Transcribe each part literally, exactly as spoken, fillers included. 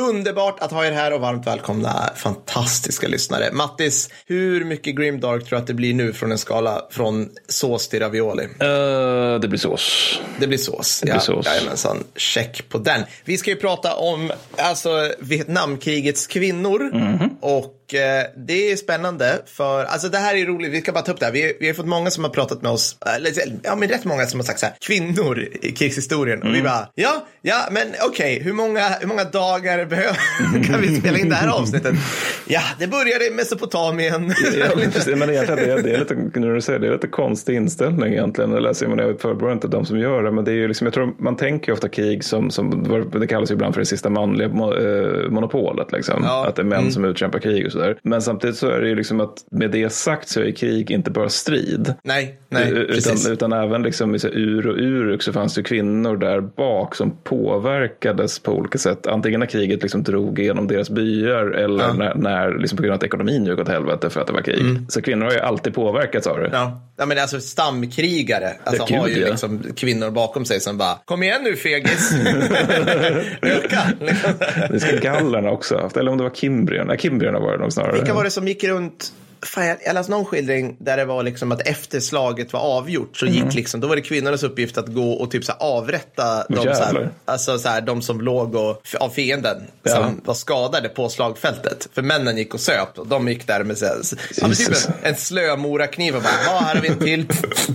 Underbart att ha er här och varmt välkomna fantastiska lyssnare. Mattis, hur mycket Grimdark tror du att det blir nu från en skala från sås till ravioli? Uh, det blir sås. Det blir sås. Det blir ja, sås. Jajamensan, check på den. Vi ska ju prata om alltså, Vietnamkrigets kvinnor mm-hmm. och det är spännande för, alltså det här är roligt, vi ska bara ta upp det här. Vi, vi har fått många som har pratat med oss, eller, ja men rätt många som har sagt så här, kvinnor i krigshistorien. Mm. Och vi bara, ja, ja men okej, okay, hur, många, hur många dagar behöver, kan vi spela in det här avsnittet? Ja, det började i Mesopotamien. Ja, precis, men egentligen det, det är lite, när du säger det, är lite konstig inställning egentligen. Jag läser man är förberedd inte de som gör det, men det är ju liksom, jag tror man tänker ju ofta krig som, som det kallas ju ibland för det sista manliga monopolet liksom. Ja. Att det är män mm. som utkämpar krig och så. Men samtidigt så är det ju liksom att med det sagt så är krig inte bara strid. Nej, nej, utan, utan även liksom i så ur och uruk så fanns det kvinnor där bak som påverkades på olika sätt. Antingen när kriget liksom drog igenom deras byar eller ja. när, när liksom på grund av att ekonomin gick åt helvete för att det var krig. Mm. Så kvinnor har ju alltid påverkats av det. Ja, ja men alltså stamkrigare alltså, kul, har ju ja. liksom kvinnor bakom sig som bara, kom igen nu fegis. Öka. Det ska gallerna också haft. Eller om det var Kimbrierna. Nej, Kimbrierna var det nog snarare. Vilka var det som gick runt? Fan, jag läste någon skildring där det var liksom att efter slaget var avgjort så gick mm. liksom, då var det kvinnornas uppgift att gå och typ så här avrätta de, så här, alltså så här, de som låg och, av fienden ja. som var skadade på slagfältet. För männen gick och söp och de gick där med så här, ja, men typ en, en slömorakniv och bara, ja här har vi en till.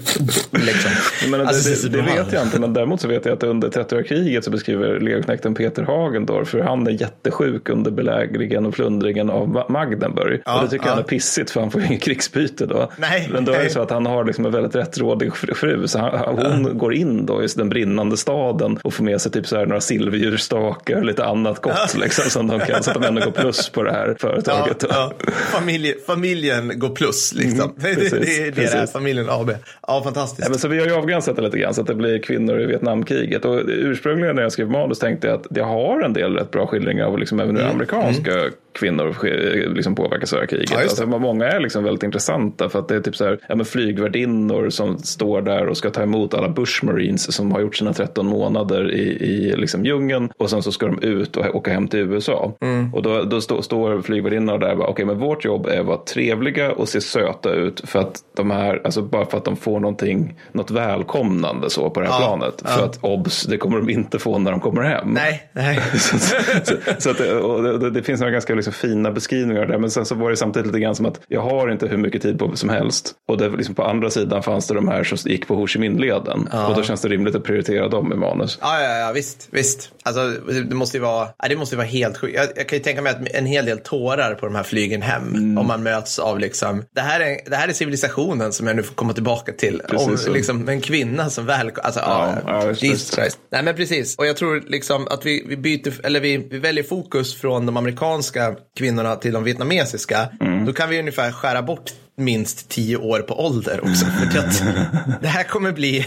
liksom. Men alltså, det, det, det vet jag inte, men däremot så vet jag att under trettioårskriget så beskriver legoknekten Peter Hagendorf för han är jättesjuk under belägringen och plundringen av Magdeburg. Ja, och det tycker ja. han är pissigt för han får ju ingen krigsbyte då. Nej, men då är det nej. så att han har liksom en väldigt rättrådig fru så han, hon ja. går in då i den brinnande staden och får med sig typ så här några silverdjursstakar och lite annat gott ja. liksom, som de kan, så att de ändå går plus på det här företaget. Ja, ja. Familje, familjen går plus liksom. Mm, precis, det, det, det är det här, familjen A B. Ja, fantastiskt. Ja, men så vi har ju avgränsat det lite grann så att det blir kvinnor i Vietnamkriget och ursprungligen när jag skrev manus tänkte jag att jag har en del rätt bra skildringar av liksom även mm. amerikanska mm. kvinnor liksom påverkas av kriget. Ja, alltså, många är liksom väldigt intressanta för att det är typ så här, ja, men flygvärdinnor som står där och ska ta emot alla Bush Marines som har gjort sina tretton månader i, i liksom djungeln och sen så ska de ut och åka hem till U S A. Mm. Och då, då stå, står flygvärdinnorna där och bara, okej, men vårt jobb är att vara trevliga och se söta ut för att de här, alltså bara för att de får någonting, något välkomnande så på det här ja, planet. Ja. För att obs, det kommer de inte få när de kommer hem. Nej, nej. så så, så att det, och det, det finns några ganska liksom fina beskrivningar där, men sen så var det samtidigt lite grann som att jag har inte hur mycket tid på som helst och det, liksom på andra sidan fanns det de här som gick på Ho Chi Minh-leden ja. och då känns det rimligt att prioritera dem i manus. Ja, ja, ja, visst, visst. Alltså det måste ju vara, ja, det måste ju vara helt sjukt. Jag, jag kan ju tänka mig att en hel del tårar på de här flygen hem mm. om man möts av liksom, det här är, det här är civilisationen som jag nu får komma tillbaka till. Precis, om liksom en kvinna som väl, alltså ja, ja, ja Jesus Christ. Nej men precis, och jag tror liksom att vi, vi byter, eller vi, vi väljer fokus från de amerikanska kvinnorna till de vietnamesiska, mm. då kan vi ungefär skära bort minst tio år på ålder också. För att det här kommer bli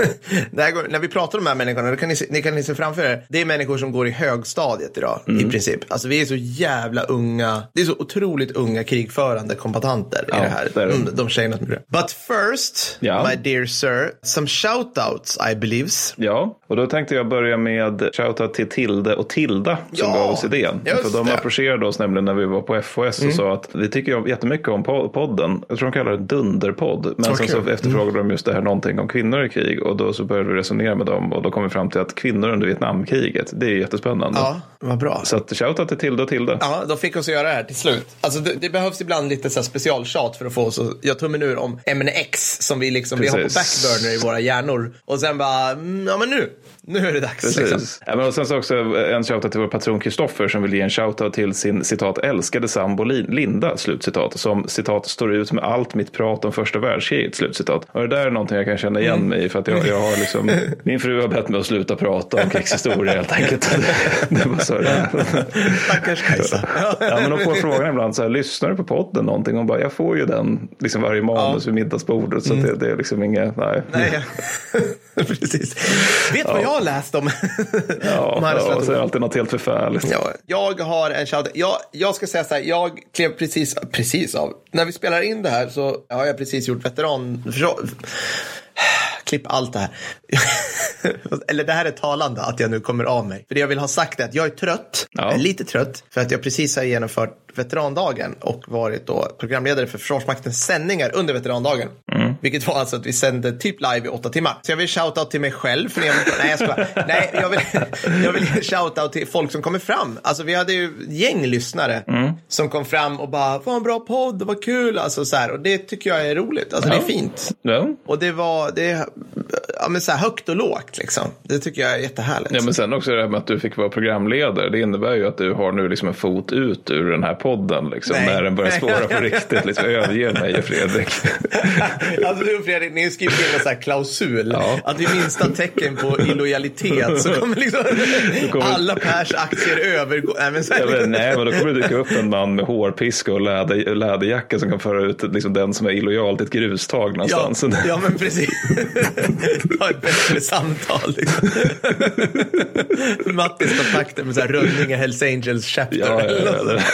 det här går, när vi pratar om de här människorna, då kan ni, ni kan ni se framför er, det är människor som går i högstadiet idag mm. i princip. Alltså vi är så jävla unga, det är så otroligt unga krigförande kombatanter ja, i det här. Det det. Mm, de tjejerna som blir det. But first, ja. my dear sir, some shoutouts I believes. Ja, och då tänkte jag börja med shoutout till Tilde och Tilda som ja, gav oss idén. För de approcherade oss nämligen när vi var på F O S mm. och sa att vi tycker jättemycket om podden. Jag tror de kallar det Dunderpodd. Men okay. sen så efterfrågade mm. de just det här någonting om kvinnor i krig. Och då så började vi resonera med dem. Och då kom vi fram till att kvinnor under Vietnamkriget, det är jättespännande. Ja, vad bra. Så att shoutout till Tilde och Tilde. Ja, de fick oss att göra det här till slut. Alltså det, det behövs ibland lite så här specialtjat för att få oss. Jag tummer ur om ämne X som vi liksom, Precis. vi har på backburner i våra hjärnor. Och sen bara, ja men nu. Nu är det dags. Liksom. Ja, men och sen så också en shoutout till vår patron Kristoffer som vill ge en shoutout till sin citat älskade sambo Linda, slutcitat, som citat står ut med allt mitt prat om första världskriget, slutcitat. Och det där är någonting jag kan känna igen mig i för att jag, jag har liksom, min fru har bett mig att sluta prata om krigshistoria helt enkelt. Det var så det. Tackars Kajsa. Ja, men de får frågan ibland så här, lyssnar du på podden någonting? Och bara, jag får ju den liksom varje manus ja. vid middagsbordet så mm. det, det är liksom inget, nej. Nej, precis. Vet du ja. vad jag har läst om? Ja, ja så är det alltid något helt förfärligt. Ja, jag har en shout. Jag, jag ska säga så här, jag klev precis, precis av. När vi spelar in det här så har jag precis gjort veteran... klipp allt det här. Eller det här är talande att jag nu kommer av mig. För det jag vill ha sagt är att jag är trött, ja. jag är lite trött, för att jag precis har genomfört veterandagen och varit då programledare för Försvarsmaktens sändningar under veterandagen. Mm. Vilket var alltså att vi sände typ live i åtta timmar. Så jag vill shoutout till mig själv. För jag vill, nej, jag ska, nej, jag vill, jag vill shoutout till folk som kommer fram. Alltså vi hade ju gäng lyssnare mm. som kom fram och bara, vad en bra podd, vad kul. Alltså så här, och det tycker jag är roligt. Alltså ja. det är fint. Ja. Och det var, det ja, men så här högt och lågt liksom. Det tycker jag är jättehärligt. Ja, men sen också det här med att du fick vara programledare. Det innebär ju att du har nu liksom en fot ut ur den här podden liksom, när den börjar spåra på riktigt. Liksom, överge mig och Fredrik. Alltså du och Fredrik, ni skriver in en sån här klausul ja. att vid minsta tecken på illojalitet så kommer liksom kommer... alla Pers aktier övergå. Nej men, så här... ja, men, nej, men då kommer det dyka upp en man med hårpiska och läder, läderjacka som kan föra ut liksom, den som är illojal till ett grustag någonstans. Ja, ja men precis. Ha ett bättre samtal liksom. Mattis kontakter med så här Rönninge Hells Angels chapter. Ja, ja, ja, det.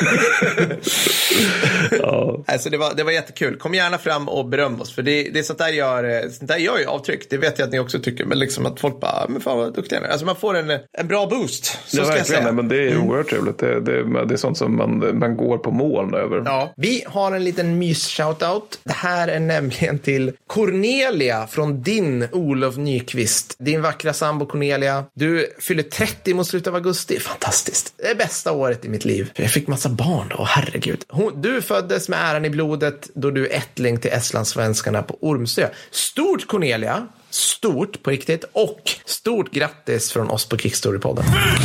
ja. Alltså det var, det var jättekul. Kom gärna fram och beröm oss. För det, det är sånt där gör, sånt där gör ju avtryck. Det vet jag att ni också tycker. Men liksom att folk bara, men fan vad duktiga ni är. Alltså man får en, en bra boost. Så ja, ska jag säga. Nej, men det är mm. oerhört trevligt. Det, det, det är sånt som man, man går på moln över. Ja. Vi har en liten mys-shoutout. Det här är nämligen till Cornelia från din Olof Nyqvist. Din vackra sambo Cornelia. Du fyller trettio mot slutet av augusti. Fantastiskt. Det är bästa året i mitt liv. Jag fick massa barn då. Herregud. Hon, du föddes med äran i blodet då du är ättling till Estlandssvenskarna på Ormsö. Stort Cornelia. Stort på riktigt. Och stort grattis från oss på Kickstory-podden.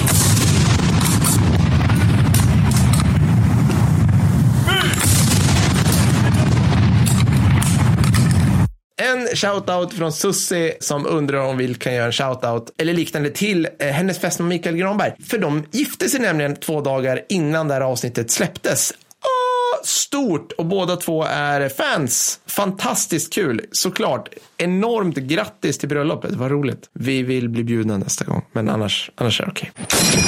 En shoutout från Sussi som undrar om vi kan göra en shoutout eller liknande till eh, hennes fest med Mikael Granberg. För de gifte sig nämligen två dagar innan det här avsnittet släpptes. Åh, stort! Och båda två är fans. Fantastiskt kul, såklart. Enormt grattis till bröllopet, vad roligt. Vi vill bli bjudna nästa gång, men annars, annars är det okej.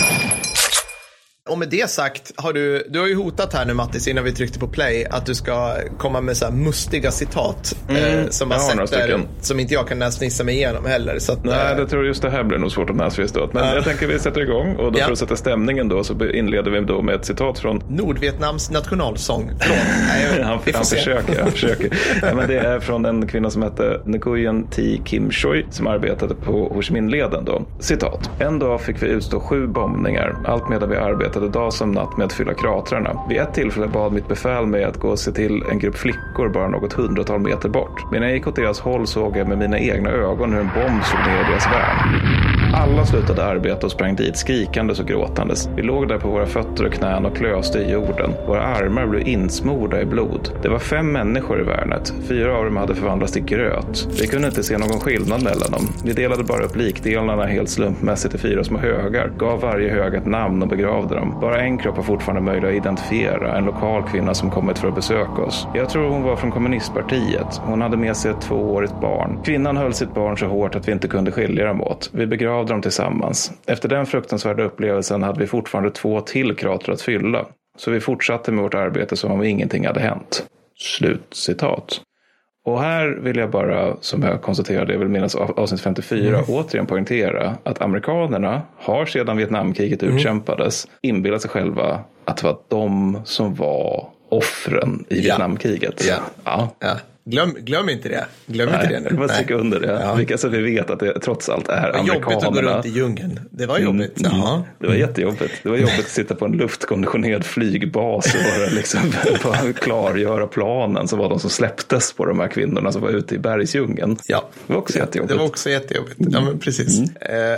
Och med det sagt, har du, du har ju hotat här nu Mattis innan vi tryckte på play att du ska komma med så här mustiga citat mm, eh, som man sätter, som inte jag kan näsnissa mig igenom heller. Så att, nej, eh, det tror jag just det här blir nog svårt att näsvista åt. Men uh, jag tänker vi sätter igång och då ja. för att sätta stämningen då så inleder vi då med ett citat från Nordvietnams nationalsång. Nej, han han försöker, han försöker. Ja, men det är från en kvinna som heter Nguyen Thi Kim Choi som arbetade på Ho Chi Minh-leden då. Citat. En dag fick vi utstå sju bombningar, allt medan vi arbetade dag som natt med att fylla kratrarna. Vid ett tillfälle bad mitt befäl mig att gå och se till en grupp flickor bara något hundratal meter bort. Men när jag gick åt deras håll såg jag med mina egna ögon hur en bomb slog ner i deras värld. Alla slutade arbeta och sprang dit skrikandes och gråtandes. Vi låg där på våra fötter och knän och klöste i jorden. Våra armar blev insmorda i blod. Det var fem människor i värnet. Fyra av dem hade förvandlats till gröt. Vi kunde inte se någon skillnad mellan dem. Vi delade bara upp likdelarna helt slumpmässigt i fyra små högar. Gav varje hög ett namn och begravde dem. Bara en kropp var fortfarande möjlig att identifiera. En lokal kvinna som kommit för att besöka oss. Jag tror hon var från kommunistpartiet. Hon hade med sig ett tvåårigt barn. Kvinnan höll sitt barn så hårt att vi inte kunde skilja dem åt. Vi begravde dem tillsammans. Efter den fruktansvärda upplevelsen hade vi fortfarande två till krater att fylla. Så vi fortsatte med vårt arbete som om ingenting hade hänt. Slut citat. Och här vill jag bara, som jag konstaterade, jag vill minnas avsnitt femtiofyra, mm. återigen poängtera att amerikanerna har sedan Vietnamkriget mm. utkämpades inbillat sig själva att det var de som var offren i ja. Vietnamkriget. Ja. Ja. Ja. Glöm, glöm inte det. Glöm Nej, inte det nu. Det var ett stycke under det. Ja. Vilka så vi vet att det trots allt är amerikanerna. Det var jobbigt att gå runt i djungeln. Det var jobbigt. Mm. Jaha. Det var jättejobbigt. Det var jobbigt att sitta på en luftkonditionerad flygbas och bara liksom klargöra planen. Så var de som släpptes på de här kvinnorna som var ute i bergsdjungeln. Ja. Det var också jättejobbigt. Det var också jättejobbigt. Ja, men precis. Mm.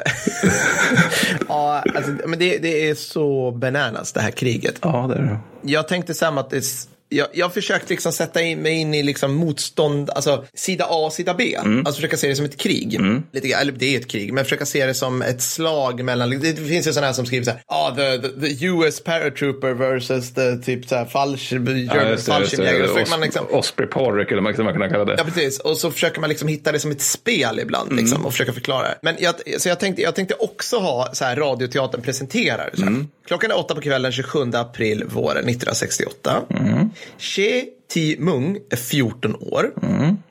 ja, alltså, men det, det är så bananas det här kriget. Ja, det är det. Jag tänkte samma att det Jag, jag försökte liksom sätta in mig in i liksom motstånd, alltså sida A och sida B. Mm. Alltså försöka se det som ett krig. Mm. Lite, eller det är ett krig, men försöka se det som ett slag mellan, det finns ju sådana här som skriver så här, ah, the, the, the U S paratrooper versus the typ så här fallskärmjägare. Ja, liksom, Osprey Porrick eller vad man kan kalla det. Ja, precis. Och så försöker man liksom hitta det som ett spel ibland liksom, mm. och försöka förklara det. Men jag, så jag tänkte, jag tänkte också ha så här radioteatern presenterar. Så här. Mm. Klockan är åtta på kvällen tjugosjunde april våren nittonhundrasextioåtta. Mm. Che Ti Mung är fjorton år. Mm.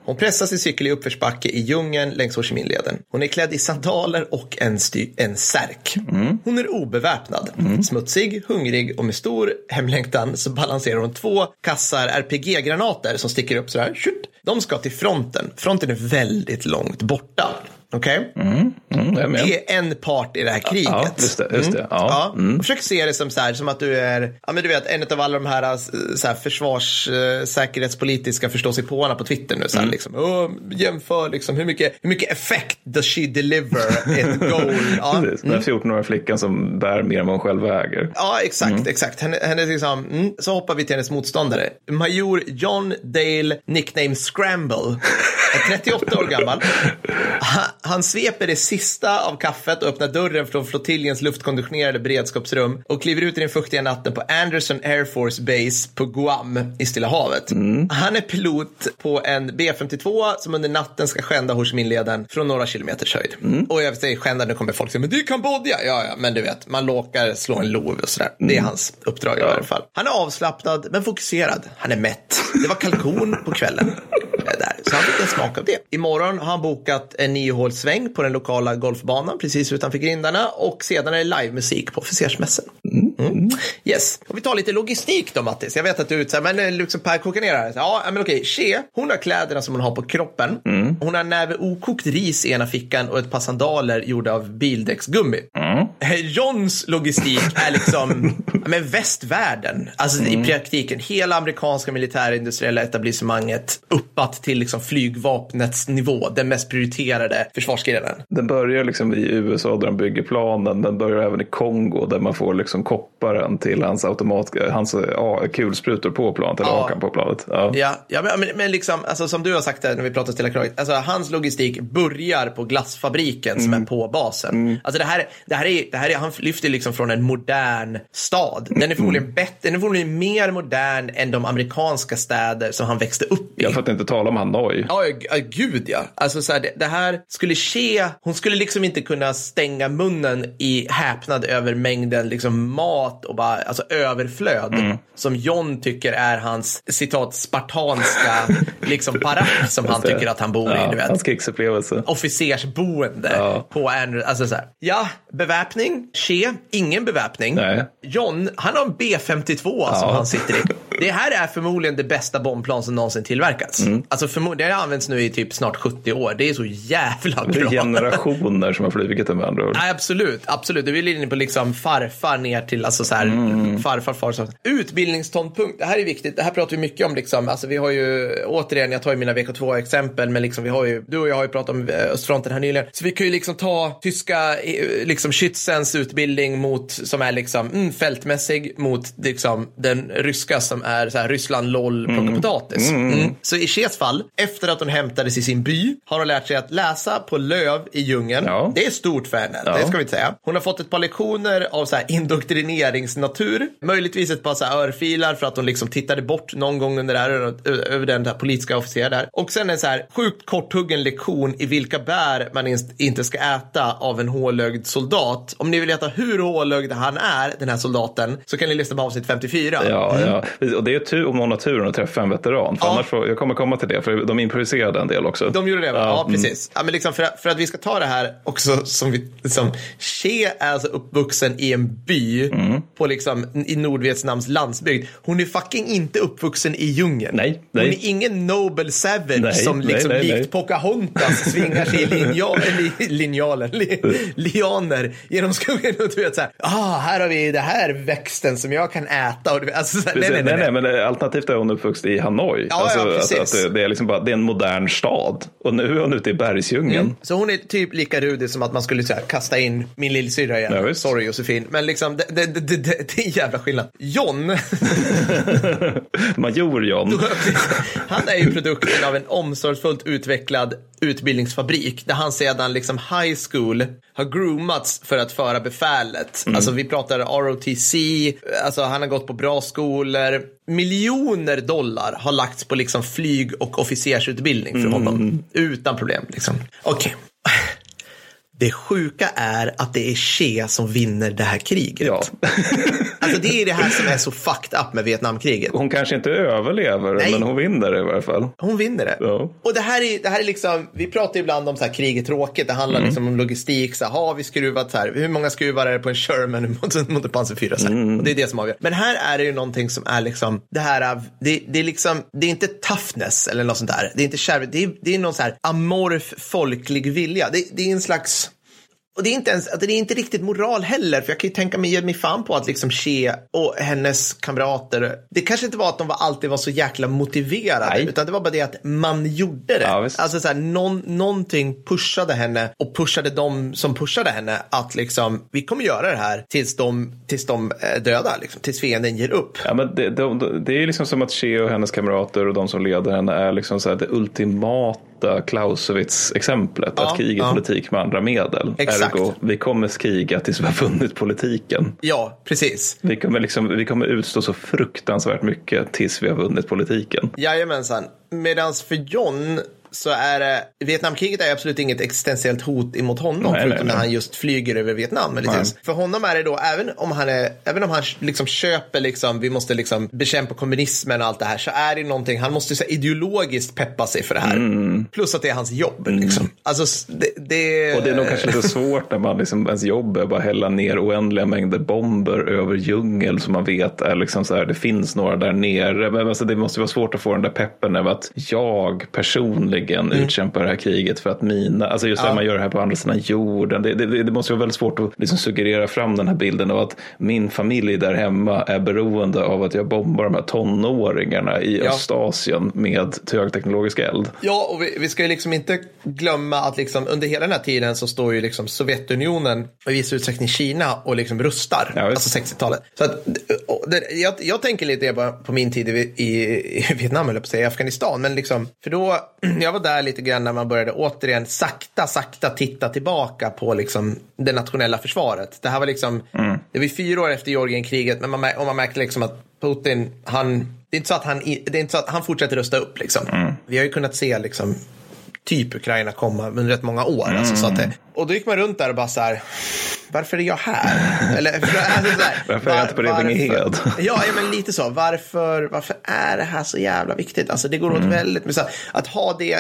Hon pressar sin cykel i uppförsbacke i djungeln längs Ho Chi Minh-leden. Hon är klädd i sandaler och en, sty- en särk. Mm. Hon är obeväpnad. Mm. Smutsig, hungrig och med stor hemlängtan så balanserar hon två kassar R P G-granater som sticker upp sådär. De ska till fronten. Fronten är väldigt långt borta. Okej? Okay? Mm, mm, det är en part i det här kriget. Ja, just det. Just det. Mm. Ja. Ja. Mm. Och försök se det som, så här, som att du är ja, men du vet, en av alla de här, så här försvars, äh, säkerhetspolitiska förståsigpåarna på Twitter nu. Så här, mm. liksom, oh, jämför liksom, hur mycket, hur mycket effekt does she deliver ett goal? Ja. Precis, den mm. fjorton-åriga flickan som bär mer än vad hon själv äger. Ja, exakt. Mm. exakt. Henne, henne liksom, mm, så hoppar vi till hennes motståndare. Major John Dale, nickname Scramble. Är trettioåtta år gammal. Han, han sveper det sista av kaffet och öppnar dörren från flottiljens luftkonditionerade beredskapsrum och kliver ut i den fuktiga natten på Anderson Air Force Base på Guam i Stilla havet. Mm. Han är pilot på en B femtiotvå som under natten ska skända Ho Chi Minh-leden från några kilometers höjd. Mm. Och jag säger skända, nu kommer folk säga, men det är Kambodja. Ja, ja, men du vet, man låkar, slå en lov och sådär. Mm. Det är hans uppdrag ja. i alla fall. Han är avslappnad men fokuserad. Han är mätt. Det var kalkon på kvällen. Där. Så han fick en smak av det. Imorgon har han bokat en niohålsväng på den lokala golfbanan precis utanför grindarna och sedan är det livemusik på officersmässen. Mm. Mm. Yes. Och vi tar lite logistik då, Mattis. Jag vet att du är så här, men liksom Per kokar ner här. Ja, men okej. She, hon har kläderna som hon har på kroppen. Mm. Hon har en näve okokt ris i ena fickan och ett par sandaler gjorda av bildäcksgummi. Mm. Johns logistik är liksom men västvärlden. Alltså mm. i praktiken hela amerikanska militärindustriella etablissemanget uppat till liksom flygvapnets nivå, den mest prioriterade försvarsgrenen. Den börjar liksom i U S A där de bygger planen, den börjar även i Kongo där man får liksom kopparen till hans automat, hans ja, kulsprutor på planet eller ja. akan på planet. Ja, ja, ja men, men liksom, alltså, som du har sagt där när vi pratar Stilla kraget, alltså hans logistik börjar på glassfabriken mm. som är på basen. Mm. Alltså det här, det här är, det här är, han lyfter liksom från en modern stad. Den är förmodligen mm. bättre, den är förmodligen mer modern än de amerikanska städer som han växte upp i. Jag får inte tala om Hanoi. Ja, ja gud ja. Alltså så här, det, det här skulle ske, hon skulle liksom inte kunna stänga munnen i häpnad över mängden liksom mat och bara, alltså överflöd mm. som John tycker är hans citat spartanska liksom barack som han tycker att han bor ja, i, du vet. Hans krigsupplevelse. Officersboende ja. på Andrew, alltså så här. Ja, beväpning, ske, ingen beväpning. Nej. John, han har en B femtiotvå ja. som han sitter i. Det här är förmodligen det bästa bombplan som någonsin tillverkats. Mm. Alltså förmodligen, det har använts nu i typ snart sjuttio år. Det är så jävla bra. Det är generationer som har flugit det med andra ord. Nej, absolut, absolut. Du vill in på liksom farfar ner till alltså så här, mm. farfar, farfar. Utbildningsståndpunkt, det här är viktigt. Det här pratar vi mycket om liksom. Alltså vi har ju, återigen, jag tar ju mina V K två-exempel, men liksom vi har ju, du och jag har ju pratat om östfronten här nyligen. Så vi kan ju liksom ta tyska liksom Schützens utbildning mot, som är liksom mm, fältmässig mot liksom den ryska som är så här Ryssland, LOL, plocka mm. potatis. Mm. Mm. Så i Shes fall, efter att hon hämtades i sin by, har hon lärt sig att läsa på löv i djungeln. Ja. Det är stort för henne, ja. det ska vi inte säga. Hon har fått ett par lektioner av så här indoktrineringsnatur. Möjligtvis ett par så här örfilar för att hon liksom tittade bort någon gång under det här, över den där politiska officer där. Och sen en så här sjukt korthuggen lektion i vilka bär man inte ska äta av en hålögd soldat. Om ni vill veta hur hålögd han är, den här soldaten, så kan ni lyssna på avsnitt femtiofyra. Ja, mm. ja. Och det är tur om någon har turen att träffa en veteran. För ja. annars får, jag kommer komma till det, för de improviserade en del också. De gjorde det, va? Ja, ja precis. Ja, men liksom för, för att vi ska ta det här också som vi, som She är alltså uppvuxen i en by mm. på liksom i Nordvietnams landsbygd. Hon är fucking inte uppvuxen i djungeln. Nej, nej. Hon är ingen Noble Savage nej, som liksom nej, nej, likt nej. Pocahontas svingar sig i linjal, li, linjaler, li, lianer genom skogen och du vet så här, ah, här har vi det här växten som jag kan äta. Och du vet, alltså, så här, nej, nej, nej, nej, nej, men alternativt är hon uppvuxen i Hanoi. Ja, alltså, ja, precis. Att, att det, det är liksom bara, det är en modern stad. Och nu är hon ute i bergsdjungeln. Mm. Så hon är typ lika rudig som att man skulle så här, kasta in min lillsyrra igen. Ja, sorry Josefin. Men liksom, det, det, det, det, det är en jävla skillnad. John. Major John. Han är ju produkten av en omsorgsfullt utvecklad utbildningsfabrik där han sedan liksom high school har groomats för att föra befälet. Mm. Alltså vi pratar R O T C, alltså han har gått på bra skolor. Miljoner dollar har lagts på liksom flyg- och officersutbildning för honom. Mm. Utan problem liksom. Okej. Okay. det sjuka är att det är Che som vinner det här kriget. Ja. Alltså det är det här som är så fucked up med Vietnamkriget. Hon kanske inte överlever, Nej. men hon vinner det i varje fall. Hon vinner det. Ja. Och det här är, det här är liksom, vi pratar ibland om så här kriget tråkigt. Det handlar mm. liksom om logistik. Så här, har vi skruvat så här, hur många skruvar är det på en Sherman mot, mot en Panzer fyra? Så här. Mm. Och det är det som avgör. Men här är det ju någonting som är liksom, det här, det, det är liksom, det är inte toughness eller något sånt där. Det är inte kärvt. Det är, det är någon så här amorf folklig vilja. Det, det är en slags... Och det är inte ens, det är inte riktigt moral heller, för jag kan ju tänka mig, ge mig fan på att liksom Che och hennes kamrater, det kanske inte var att de var, alltid var så jäkla motiverade, Nej. utan det var bara det att man gjorde det. Ja, alltså så här, någon, någonting pushade henne och pushade de som pushade henne att liksom, vi kommer göra det här tills de, tills de är döda, liksom, tills fienden ger upp. Ja, men det, det, det är liksom som att Che och hennes kamrater och de som leder henne är liksom så här det ultimata Clausewitz-exemplet, ja, att kriga ja. politik med andra medel. Exakt. Ergo, vi kommer kriga tills vi har vunnit politiken. Ja, precis. Vi kommer, liksom, vi kommer utstå så fruktansvärt mycket tills vi har vunnit politiken. Jajamensan. Medans för John så är det, Vietnamkriget är absolut inget existentiellt hot emot honom, nej, förutom nej, nej. när han just flyger över Vietnam. Eller för honom är det då, även om han är, även om han liksom köper liksom, vi måste liksom bekämpa kommunismen och allt det här, så är det någonting, han måste så ideologiskt peppa sig för det här. Mm. Plus att det är hans jobb liksom. Alltså, det, det... Och det är nog kanske lite svårt när man liksom, ens jobb är bara hälla ner oändliga mängder bomber över djungel som man vet är liksom så här, det finns några där nere. Men alltså, det måste vara svårt att få den där peppen över att jag personligen Mm. utkämpar det här kriget för att mina, alltså just ja. när man gör det här på andra sidan jorden, det, det, det måste vara väldigt svårt att liksom suggerera fram den här bilden av att min familj där hemma är beroende av att jag bombar de här tonåringarna i ja. Östasien med högteknologisk eld. Ja, och vi, vi ska ju liksom inte glömma att liksom under hela den här tiden så står ju liksom Sovjetunionen och i viss utsträckning Kina och liksom rustar, ja, alltså sextiotalet. Så att, det, jag, jag tänker lite bara på min tid i, i, i Vietnam, eller på att säga i Afghanistan, men liksom, för då, jag var där lite grann när man började återigen sakta, sakta titta tillbaka på liksom det nationella försvaret. Det här var liksom, mm. det var fyra år efter Georgienkriget, men man, och man märkte liksom att Putin, han, det är inte så att han, det är inte så att han fortsätter rösta upp liksom. Mm. Vi har ju kunnat se liksom typ Ukraina komma under rätt många år. Mm. Alltså, så att det, och då gick man runt där och bara så här, varför är jag här? Eller, alltså, så här, varför är jag inte på Revingehed? Ja, ja, men lite så. Varför, varför är det här så jävla viktigt? Alltså det går åt mm. väldigt mycket. Att ha det,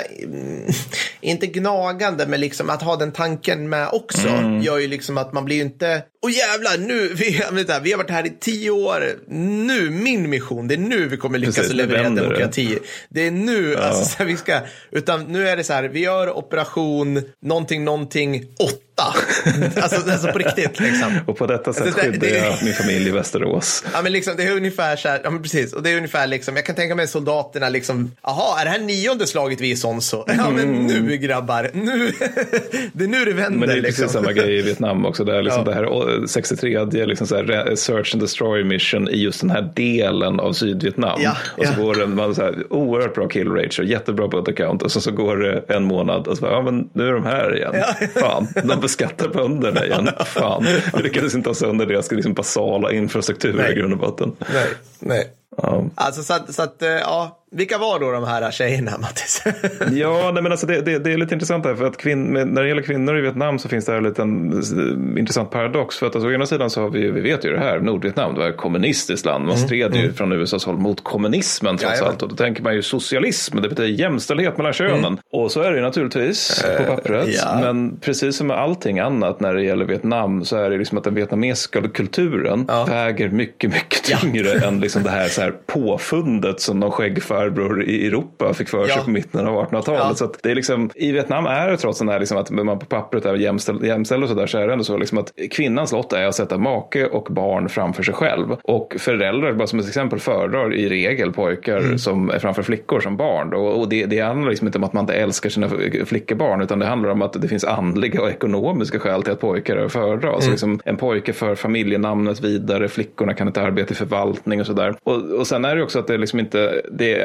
inte gnagande, men liksom att ha den tanken med också mm. gör ju liksom att man blir ju inte, åh jävlar, nu, vi, vi har varit här i tio år, nu, min mission, det är nu vi kommer lyckas att leverera demokrati. Det är nu, ja. alltså, så här, vi ska, utan nu är det så här, vi gör operation någonting, någonting, åtta. Alltså, alltså på riktigt liksom. Och på detta sätt skyddar jag min familj i Västerås. Ja, men liksom, det är ungefär så här, ja men precis, och det är ungefär liksom, jag kan tänka mig soldaterna liksom, aha, är det här nionde slaget vi är sån så? Ja, men nu grabbar, nu det är nu det vänder. Men det är liksom. precis samma grej i Vietnam också, där liksom ja. det här sextiotre liksom så här search and destroy mission i just den här delen av Sydvietnam. Ja, och så ja. går det, man så här, oerhört bra kill ratio, jättebra på ett account, och så, så går det en månad och så bara, ja men nu är de här igen. Ja. Fan, de beskattar bönderna igen. Fan, vi lyckades inte ha sönder deras liksom basala infrastruktur nej. i grund och botten. Nej, nej. Ja. Alltså så att, så att ja, vilka var då de här tjejerna, Mattis? Ja, nej, men alltså det, det, det är lite intressant här, för att kvinn, när det gäller kvinnor i Vietnam så finns det här en liten intressant paradox, för att alltså, å ena sidan så har vi, vi vet ju det här, Nordvietnam, det var ett kommunistiskt land, man stred mm, ju mm. från U S A:s håll mot kommunismen trots ja, allt, och då tänker man ju socialism, det betyder jämställdhet mellan könen, mm. och så är det ju naturligtvis uh, på pappret, ja. men precis som med allting annat när det gäller Vietnam så är det liksom att den vietnamesiska kulturen ja. väger mycket, mycket tyngre ja. än liksom det här, så här påfundet som de skäggfarbror i Europa fick för sig ja. på mitten av artonhundratalet. Ja. Så att det är liksom, i Vietnam är det trots den här liksom att man på pappret är jämställd, jämställd och sådär, så är det ändå så liksom att kvinnans lott är att sätta make och barn framför sig själv. Och föräldrar, bara som ett exempel, föredrar i regel pojkar mm. som är framför flickor som barn. Och, och det, det handlar liksom inte om att man inte älskar sina flickebarn, utan det handlar om att det finns andliga och ekonomiska skäl till att pojkar är föredra. Mm. Så liksom en pojke för familjenamnet vidare, flickorna kan inte arbeta i förvaltning och sådär. Och, och sen är det också att det liksom inte, det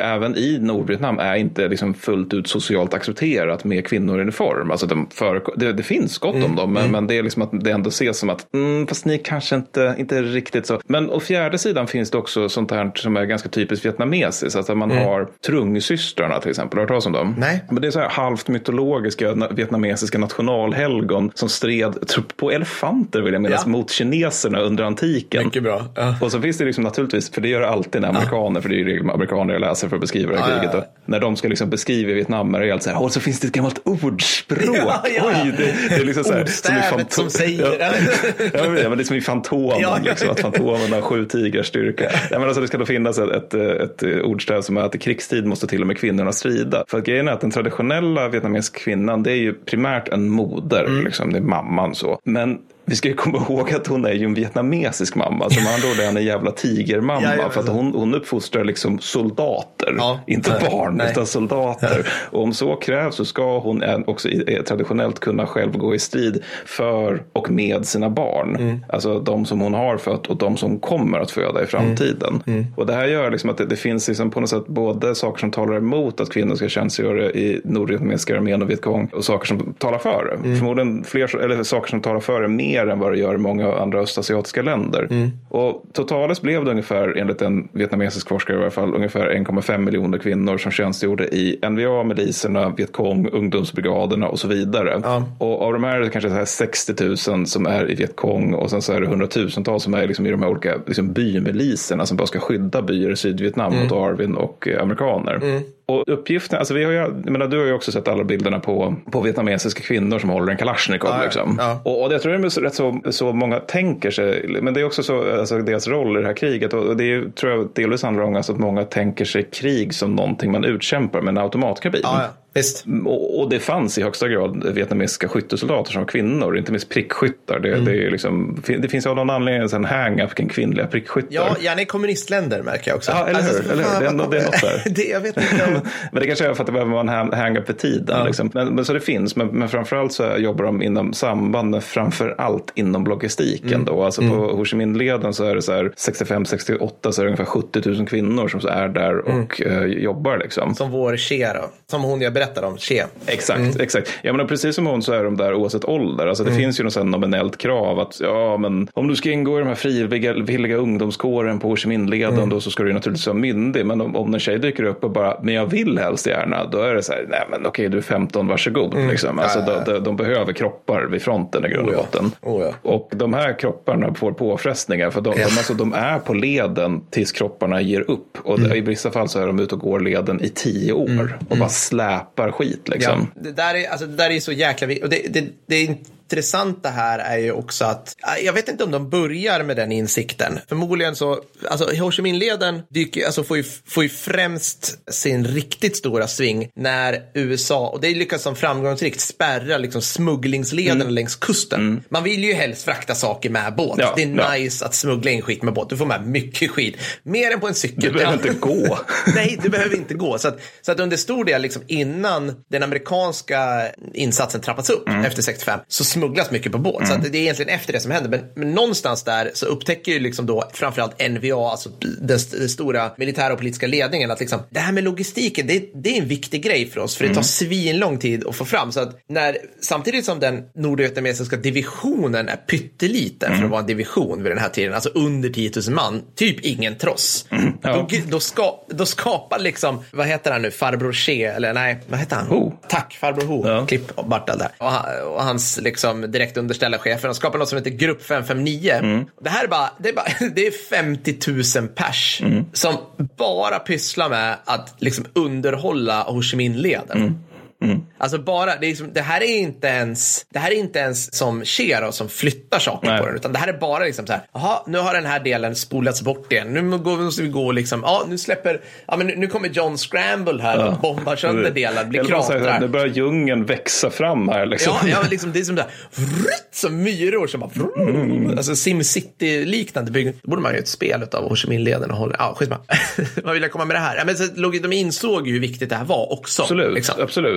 även i Nordvietnam är inte liksom fullt ut socialt accepterat med kvinnor i uniform. Alltså de för, det, det finns gott mm. om dem, men, mm. men det är liksom att det ändå ses som att mm, fast ni kanske inte, inte riktigt så. Men å fjärde sidan finns det också sånt här som är ganska typiskt vietnamesiskt. Alltså att man mm. har trungsystrarna till exempel. Har du hört om dem? Nej. Men det är så här halvt mytologiska vietnamesiska nationalhelgon som stred på elefanter vill jag minnas ja. mot kineserna under antiken. Mycket bra. Ja. Och så finns det liksom naturligtvis, för det gör alltid när amerikaner, ja. för det är ju amerikaner jag läser för att beskriva det här ja, kriget. Ja, ja. När de ska liksom beskriva Vietnam är det helt så här, åh, så finns det ett gammalt ordspråk. Ja, ja. Oj, det, det är liksom så här, som, i fantom- som säger. Ja, ja, men det är som i Fantomen, ja, ja. Liksom, att Fantomen har sju tigers styrka. Ja, men alltså, det ska då finnas ett, ett, ett ordstäv som är att i krigstid måste till och med kvinnorna strida. För att grejen är att den traditionella vietnamesiska kvinnan, det är ju primärt en moder, mm. liksom, det är mamman så. Men vi ska ju komma ihåg att hon är ju en vietnamesisk mamma. Som andra ord är en jävla tigermamma. Ja, ja, för att hon, hon uppfostrar liksom soldater. Ja, inte nej, barn, nej. utan soldater. Ja. Och om så krävs så ska hon också traditionellt kunna själv gå i strid för och med sina barn. Mm. Alltså de som hon har fött och de som kommer att föda i framtiden. Mm. Mm. Och det här gör liksom att det, det finns liksom på något sätt både saker som talar emot att kvinnor ska tjänstgöra i nordvietnamesiska armén och Vietcong. Och saker som talar för det. Mm. Förmodligen fler, eller saker som talar för det mer än vad det gör i många andra östasiatiska länder. Mm. Och totalt blev det ungefär, enligt en vietnamesisk forskare i alla fall, ungefär en komma fem miljoner kvinnor som tjänstgjorde i N V A, miliserna, Vietcong, ungdomsbrigaderna och så vidare. Ja. Och av de här är det kanske så här sextio tusen som är i Vietcong och sen så är det hundratusentals som är liksom i de här olika liksom bymiliserna som bara ska skydda byar i Sydvietnam mm. mot Arvin och eh, amerikaner. Mm. Och uppgiften, alltså vi har ju, jag menar, du har ju också sett alla bilderna på, på vietnamesiska kvinnor som håller en Kalashnikov ja, liksom. Ja. Och, och jag tror det är rätt så, så många tänker sig, men det är också så, alltså deras roll i det här kriget, och det är, tror jag delvis handlar om alltså att många tänker sig krig som någonting man utkämpar med en automatkarbin. Ja, ja. Visst. Och, och det fanns i högsta grad vietnamesiska skyttesoldater som kvinnor, inte minst prickskyttar. Det, mm. det, är liksom, det finns av någon anledning en hang-up kring kvinnliga prickskyttar. Ja, gärna i kommunistländer märker jag också. Ja, eller hur? Alltså, eller hur? Det, är något, det är något där. det, jag vet inte. Men det kanske är för att det behöver vara en hang-up för tiden. Ja. Liksom. Men, men så det finns. Men, men framförallt så jobbar de inom samband med framförallt inom logistiken. Mm. Då. Alltså mm. på Ho Chi Minh-leden så är det så här sextiofem sextioåtta så är det ungefär sjuttio tusen kvinnor som så är där och mm. uh, jobbar. Liksom. Som vår Che då. Som hon jag berättade om, Che. Exakt, mm. exakt. Ja, men precis som hon så är de där oavsett ålder. Alltså det mm. finns ju något sånt nominellt krav att ja, men om du ska ingå i de här frivilliga ungdomskåren på Ho Chi Minh-leden mm. då så ska du ju naturligtvis vara myndig. Men om, om en tjej dyker upp och bara, men jag vill helst gärna, då är det så här, nej men okej, du är femton, varsågod. Mm. Liksom. Alltså ja, ja, ja. De, de behöver kroppar vid fronten i grund och botten. Oh, ja. Och de här kropparna får påfrestningar för de, ja. de, alltså, de är på leden tills kropparna ger upp. Och mm. i vissa fall så är de ute och går leden i tio år mm. och bara släpar skit liksom. Ja. Det där är, alltså, det där är så jäkla viktigt. Och det, det, det är intressanta här är ju också att jag vet inte om de börjar med den insikten. Förmodligen så, alltså Ho Chi Minh-leden dyker, alltså får ju, får ju främst sin riktigt stora sving när U S A, och det lyckas som framgångsrikt spärra liksom smugglingsleden mm. längs kusten. Mm. Man vill ju helst frakta saker med båt. Ja, det är ja. nice att smuggla in skit med båt. Du får med mycket skit. Mer än på en cykel. Du behöver inte gå. Nej, du behöver inte gå. Så att, så att under stor del liksom innan den amerikanska insatsen trappats upp mm. efter sextiofem så smugglas mycket på båt. Mm. Så att det är egentligen efter det som händer. Men, men någonstans där så upptäcker ju liksom då framförallt N V A, alltså den, den stora militära och politiska ledningen, att liksom, det här med logistiken, det, det är en viktig grej för oss. För det tar mm. svinlång tid att få fram. Så att när, samtidigt som den nordvietnamesiska divisionen är pytteliten mm. för att vara en division vid den här tiden, alltså under tio tusen man, typ ingen tross. Mm. Ja. Då, då, ska, då skapar liksom, vad heter han nu, farbror Che, eller nej, vad heter han? Ho. Tack, farbror Ho. Ja. Klipp Bartal där. Och, han, och hans liksom direkt underställda chefen. De skapar något som heter Grupp fem fem nio. Mm. Det här är bara, det är bara, det är femtio tusen pers mm. som bara pysslar med att liksom underhålla Ho Chi Minh-leden. Mm. Mm. Alltså bara, det, är liksom, det här är inte ens det här är inte ens som Che som flyttar saker Nej. på den, utan det här är bara liksom så här, jaha, nu har den här delen spolats bort igen, nu måste vi gå liksom, ja, nu släpper, ja men nu, nu kommer John Scramble här och ja. bombar sönder delar, blir kratrar. Nu börjar djungeln växa fram här liksom. Ja, ja liksom, det är som där vrrt, som myror som bara vrrt, mm. alltså SimCity-liknande byggen. Då borde man ju ett spel av Ho Chi Minh-leden och hålla, ja, skitsamma. Vad vill jag komma med det här? Ja, men så, de insåg ju hur viktigt det här var också. Absolut, liksom. absolut. Och,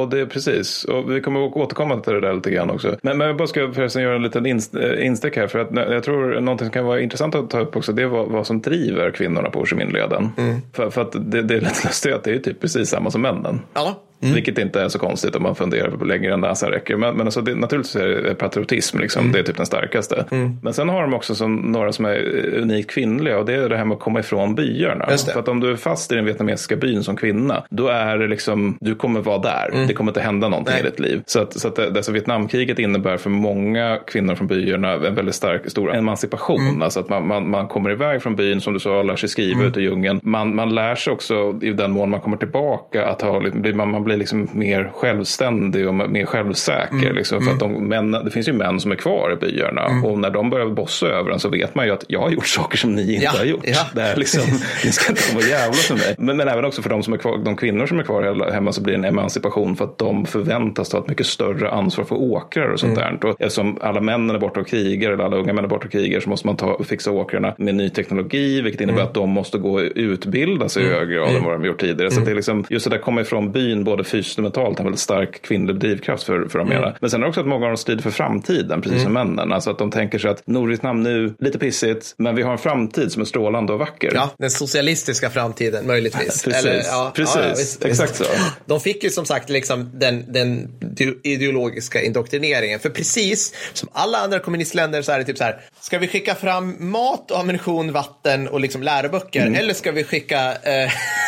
och det är precis. Och vi kommer att återkomma till det där lite grann också. Men, men jag bara ska förresten göra en liten inst- instick här. För att jag tror någonting som kan vara intressant att ta upp också, det är vad, vad som driver kvinnorna på Ho Chi Minh-leden. Mm. För, för att det, det är lätt lustigt att det är typ precis samma som männen. Ja. Mm. Vilket inte är så konstigt om man funderar på längre än näsan räcker. Men, men alltså det, naturligtvis är det patriotism liksom. Mm. Det är typ den starkaste. Mm. Men sen har de också som, några som är unikt kvinnliga. Och det är det här med att komma ifrån byarna. För att om du är fast i den vietnamesiska byn som kvinna, då är det liksom, du kommer vara där. Mm. Det kommer inte hända någonting Nej. i ditt liv. Så att, så att det, alltså Vietnamkriget innebär för många kvinnor från byarna en väldigt stark, stor emancipation. Mm. Alltså att man, man, man kommer iväg från byn, som du sa, lär sig skriva mm. ut i djungeln. Man, man lär sig också i den mån man kommer tillbaka att ha, man, man blir liksom mer självständig och mer självsäker. Mm. Liksom, för mm. att de, män, det finns ju män som är kvar i byarna mm. och när de börjar bossa över en så vet man ju att jag har gjort saker som ni inte ja. har gjort. Ja. Det är liksom, ni ska inte vara jävla för mig. Men, men även också för de, som är kvar, de kvinnor som är kvar hemma så blir det en emancipation för att de förväntas ta ett mycket större ansvar för åkrar och sånt mm. där. Och eftersom alla männen är borta och krigar eller alla unga män är borta och krigar så måste man ta och fixa åkrarna med ny teknologi, vilket innebär mm. att de måste gå och utbilda sig mm. i högre grad mm. än vad de gjort tidigare. Mm. Så det är liksom, just det där kommer ifrån byn både fysiskt och mentalt en väldigt stark kvinnlig drivkraft för, för dem. Mm. Men sen är det också att många av dem strider för framtiden, precis mm. som männen. Alltså att de tänker sig att Nordvietnam nu, lite pissigt, men vi har en framtid som är strålande och vacker. Ja, den socialistiska framtiden, möjligtvis. Precis, Eller, ja, precis. Ja, ja, visst, exakt så. De fick ju som sagt liksom den, den ideologiska indoktrineringen. För precis som alla andra kommunistländer så är det typ så här, ska vi skicka fram mat, ammunition, vatten och liksom läroböcker? Mm. Eller ska vi skicka eh,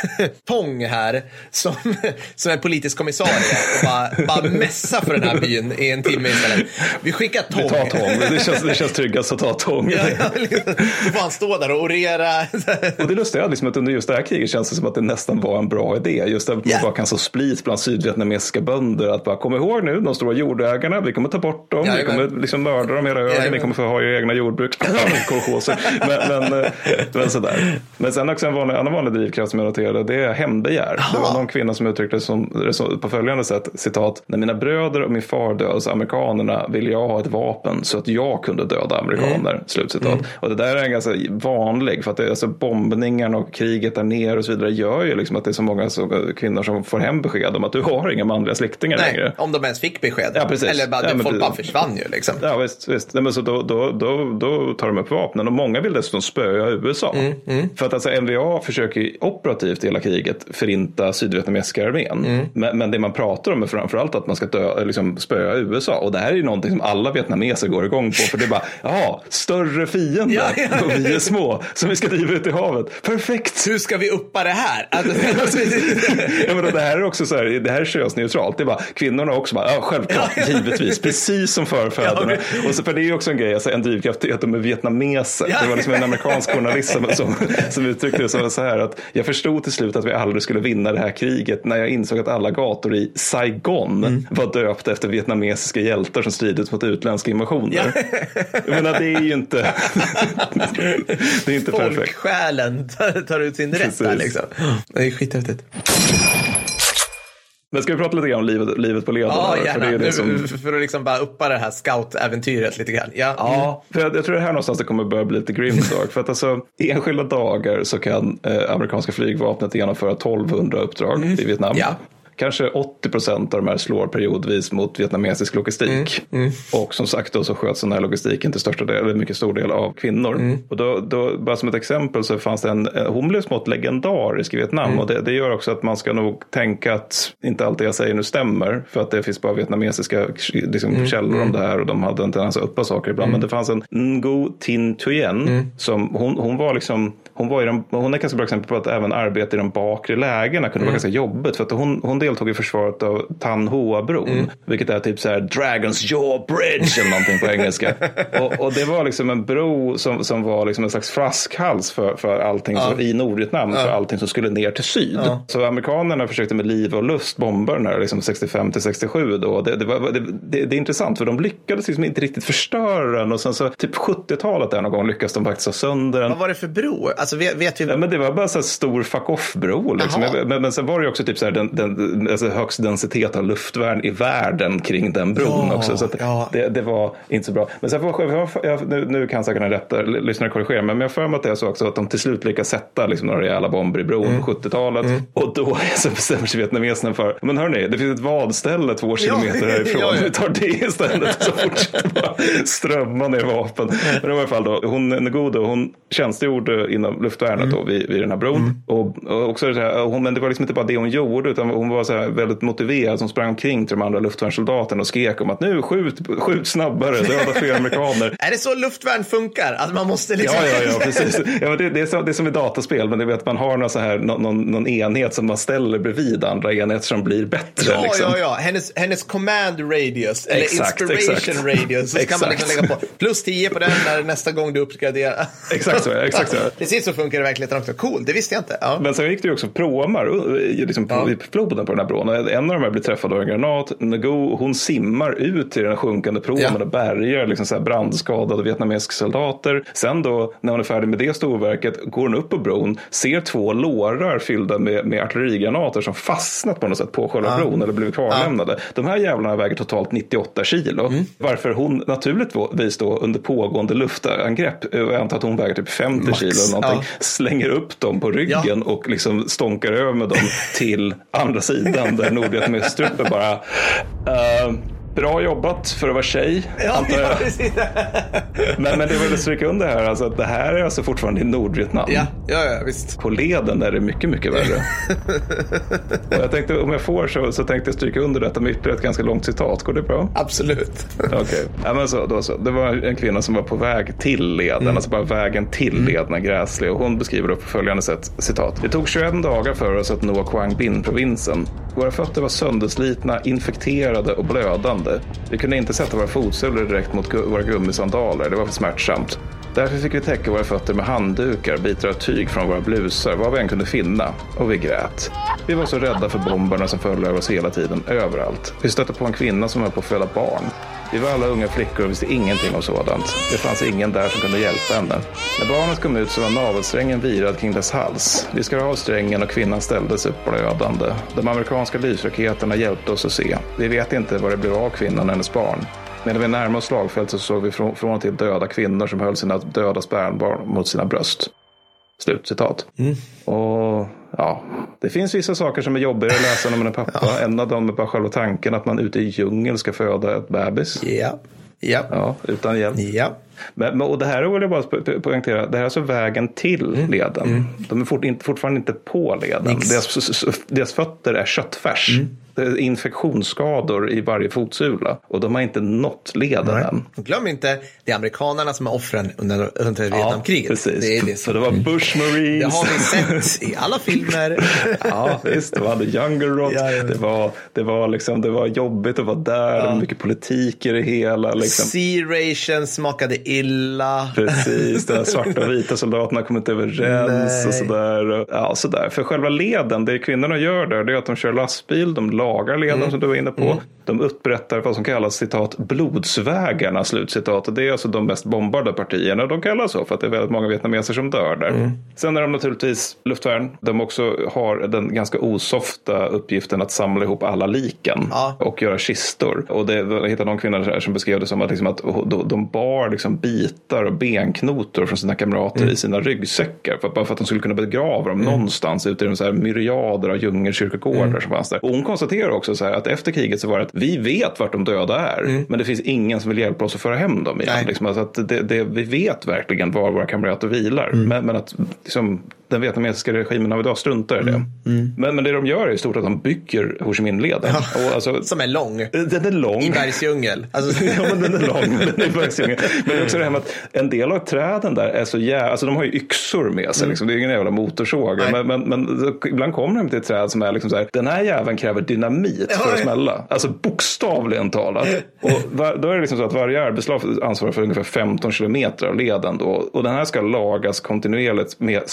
Tång här som, som en politisk kommissarie och bara, bara mässa för den här byn i en timme istället. Vi skickar Tång. Vi tar Tång. Det känns, det känns tryggast att ta Tång. Ja, ja, liksom. Du får han stå där och orera. Och det lustiga är liksom att under just det här kriget känns det som att det nästan var en bra idé. Just att man yeah. bara kan så split bland sydvietnamesiska bönder att bara kom ihåg nu, de stora jordägarna, vi kommer ta bort dem, ja, vi kommer liksom mörda dem hela ögonen, ja, ni kommer få ha era egna jordbruk. men, men, men sådär. Men sen också en vanlig, annan vanlig drivkraft som jag noterade, det är hämndbegär. Det var någon kvinna som uttryckte det som, på följande sätt, citat, när mina bröder och min far döds amerikanerna vill jag ha ett vapen så att jag kunde döda amerikaner, mm. slutcitat. Mm. Och det där är en ganska vanlig, för att det är alltså bombningarna och kriget där nere och så vidare gör ju liksom att det är så många så, kvinnor som får hem besked om att du har inga manliga släktingar Nej, längre. Om de ens fick besked. Ja, precis. Eller bara, ja, folk bara försvann ju liksom. Ja, visst, visst. Nej, men så då, då, då, då tar de upp vapnen och många vill dessutom spöa U S A. Mm. Mm. För att alltså N V A försöker operativt i hela kriget förinta sydvietnamesiska armén. Mm. Men, men det man pratar om är framförallt att man ska dö, liksom spöa U S A. Och det här är ju någonting som alla vietnameser går igång på. För det är bara, ja, större fiender. Ja, ja. Och vi är små som vi ska driva ut i havet. Perfekt! Hur ska vi uppa det här? Ja, men det här är också så här, det här är könsneutralt. Det är bara, kvinnorna också bara, ja, självklart, ja, ja. givetvis. Precis som förfäderna. Ja, okay. Och så, för det är ju också en grej, alltså, en drivkraft är att de är vietnameser. Ja. Det var liksom en amerikansk journalist som, som, som uttryckte det som så här, att jag förstod till slut att vi aldrig skulle vinna det här kriget när jag insåg att alla gator i Saigon mm. var döpta efter vietnamesiska hjältar som stridit mot utländska invasioner. Ja. Jag menar, det är ju inte det är inte perfekt. Folksjälen tar ut sin rätt där liksom. Det är skithäftigt. Men ska vi prata lite grann om livet, livet på leden? Ja, gärna. För, det är det som... för att liksom bara uppa det här scout-äventyret lite grann. Ja, ja för jag, jag tror det här någonstans det kommer börja bli lite grimdark. För att alltså, i enskilda dagar så kan eh, amerikanska flygvapnet genomföra tolvhundra uppdrag mm. i Vietnam. Ja. Kanske åttio procent av de här slår periodvis mot vietnamesisk logistik. Mm, mm. Och som sagt då så sköts den här logistiken till största del, eller mycket stor del av kvinnor. Mm. Och då, då, bara som ett exempel så fanns det en, hon blev smått legendarisk i Vietnam. Mm. Och det, det gör också att man ska nog tänka att inte allt det jag säger nu stämmer. För att det finns bara vietnamesiska liksom, mm. källor om det här och de hade en tendens att uppa saker ibland. Mm. Men det fanns en Ngo Tin Thuyen mm. som hon, hon var liksom, hon var i de, hon är ganska bra exempel på att även arbeta i de bakre lägena kunde mm. vara ganska jobbigt. För att hon, hon deltog i försvaret av Tan Hoa-bron, mm. vilket är typ så här Dragon's Jaw Bridge eller någonting på engelska. och, och det var liksom en bro som, som var liksom en slags flaskhals för, för allting ja. som, i Nordvietnam, ja. för allting som skulle ner till syd. Ja. Så amerikanerna försökte med liv och lust bomba den här liksom sextiofem till sextiosju då. Det, det, var, det, det, det är intressant för de lyckades liksom inte riktigt förstöra den och sen så typ sjuttiotalet där någon gång lyckades de faktiskt ha sönder den. Vad var det för bro? Alltså vet, vet vi... Ja, men det var bara så här stor fuck off-bro liksom. men, men sen var det ju också typ så här den, den alltså högst densitet av luftvärn i världen kring den bron ja, också. Så att ja. det, det var inte så bra. Men sen får jag, jag, nu, nu kan säkert en rätta lyssnare korrigera, men jag för mig att det är så också att de till slut lyckas sätta liksom några rejäla bomber i bron mm. på sjuttiotalet mm. och då så bestämmer sig vietnameserna för, men hörni, det finns ett vadställe två kilometer ja, härifrån. Ja, ja. Vi tar det istället så fortsätter bara strömma ner vapen. Men i alla fall då, hon Ngudo, hon tjänstgjorde inom luftvärnet mm. då vid, vid den här bron. Mm. Och, och också så här, hon, men det var liksom inte bara det hon gjorde, utan hon var så här väldigt motiverad, som sprang omkring till de andra luftvärnssoldaterna och skrek om att nu skjut, skjut snabbare, döda fler amerikaner. Är det så luftvärn funkar? Att man måste liksom... Ja, ja, ja, precis. Ja, men det, det, är så, det är som i dataspel, men det är att man har någon, så här, någon, någon enhet som man ställer bredvid andra enheter som blir bättre. Ja, liksom. ja, ja. Hennes, hennes command radius, eller exakt, inspiration exakt. radius, så kan man liksom lägga på plus tio på den när nästa gång du uppgraderar. Exakt så, exakt så. Precis så funkar det verkligen också. Cool, det visste jag inte. Ja. Men sen gick det ju också pråmar liksom på, ja. i floden på den här bron. En av dem blir träffad av en granat. Ngo, hon simmar ut till den sjunkande pråmen ja. och bärgar liksom så här brandskadade vietnamesiska soldater. Sen då, när hon är färdig med det storverket, går hon upp på bron, ser två lårar fyllda med, med artillerigranater som fastnat på något sätt på själva ja. bron eller blivit kvarlämnade. Ja. De här jävlarna väger totalt nittioåtta kilo. Mm. Varför hon naturligtvis då under pågående luftangrepp, jag antar att hon väger typ femtio Max. kilo eller någonting, ja. slänger upp dem på ryggen ja. och liksom stånkar över med dem till andra sidan där nordvietnamestrupper bara uh, bra jobbat för att vara tjej, ja, antar jag. Ja, men, men det vill stryka under här, alltså att det här är alltså fortfarande i Nordvietnam. Ja, ja, ja, visst. På leden är det mycket, mycket värre. Och jag tänkte, om jag får så, så tänkte jag stryka under detta med ytterligare ett ganska långt citat. Går det bra? Absolut. Okej. Okay. Ja, men så, då så. Det var en kvinna som var på väg till leden, mm. alltså bara vägen till mm. leden, gräslig. Och hon beskriver det på följande sätt, citat. Det tog tjugoett dagar för oss att nå Quang Binh-provinsen. Våra fötter var sönderslitna, infekterade och blödande. Vi kunde inte sätta våra fotsulor direkt mot gu- våra gummisandaler. Det var för smärtsamt. Därför fick vi täcka våra fötter med handdukar, bitar av tyg från våra blusar, vad vi än kunde finna. Och vi grät. Vi var så rädda för bomberna som följde över oss hela tiden, överallt. Vi stötte på en kvinna som höll på att föda barn. Vi var alla unga flickor och visste ingenting om sådant. Det fanns ingen där som kunde hjälpa henne. När barnet kom ut så var navelsträngen virad kring dess hals. Vi skar av strängen och kvinnan ställdes upp blödande. De amerikanska lysraketerna hjälpte oss att se. Vi vet inte vad det blev av kvinnan och hennes barn. Medan vi närmade oss slagfält så såg vi från, från till döda kvinnor som höll sina döda spädbarn mot sina bröst. Slutcitat. Mm. Och ja, det finns vissa saker som är jobbiga att läsa när man är pappa. Ja. En av dem är bara själva tanken att man ute i djungeln ska föda ett bebis. Ja. Ja. Ja, utan hjälp. Ja. Men, och det här vill jag bara po- poängtera, det här är alltså vägen till mm. leden. Mm. De är fort, inte, fortfarande inte på leden. Deras, deras fötter är köttfärs. Mm. Det är infektionsskador i varje fotsula. Och de har inte nått leden Nej. än. Glöm inte, det är amerikanerna som är offren under, under Vietnamkriget. Ja, precis. Det är det som... Så det var Bush Marines. Det har vi sett i alla filmer. Ja, visst. Det var The Younger Rot. Ja, ja. Det, var, det, var liksom, det var jobbigt att vara där. Ja. Det var mycket politik i det hela. Liksom. C-ration smakade illa. Precis, de svarta och vita soldaterna kom inte överens. Nej. Och sådär. Ja, sådär. För själva leden, det kvinnorna gör där, det är att de kör lastbil, de lagar leden mm. som du var inne på. Mm. De upprättar vad som kallas citat blodsvägarna, slutcitat. Det är alltså de mest bombade partierna. De kallas så för att det är väldigt många vietnameser som dör där. Mm. Sen är de naturligtvis luftvärn. De också har den ganska osofta uppgiften att samla ihop alla liken ja. och göra kistor. Och det, jag hittade någon kvinna där som beskrev det som att, liksom, att de bar liksom bitar och benknotor från sina kamrater mm. i sina ryggsäckar. För, bara för att de skulle kunna begrava dem mm. någonstans ute i de så här myriader av djungelkyrkogårdar mm. som fanns där. Och hon konstaterar också så här att efter kriget så var det att vi vet vart de döda är, mm. men det finns ingen som vill hjälpa oss att föra hem dem igen. Liksom, alltså att det, det, vi vet verkligen var våra kamrater vilar. Mm. Men, men att liksom, den vietnamesiska regimen av idag struntar i det. Mm. Mm. Men, men det de gör är i stort att de bygger Ho Chi Minh-leden. Ja. Och alltså, som är lång. Den är lång. I bergsdjungel. Alltså. Ja, men den är lång. Den är i bergsdjungel. Men det är också det här med att en del av träden där är så jävla... Alltså de har ju yxor med sig. Mm. Liksom. Det är ingen jävla motorsåg. Men, men, men ibland kommer de till ett träd som är liksom så här, den här jäveln kräver dynamit för att smälla. Alltså bokstavligen talat. Och var, då är det liksom så att varje arbetslag ansvarar för ungefär femton kilometer av leden då. Och den här ska lagas kontinuerligt med spad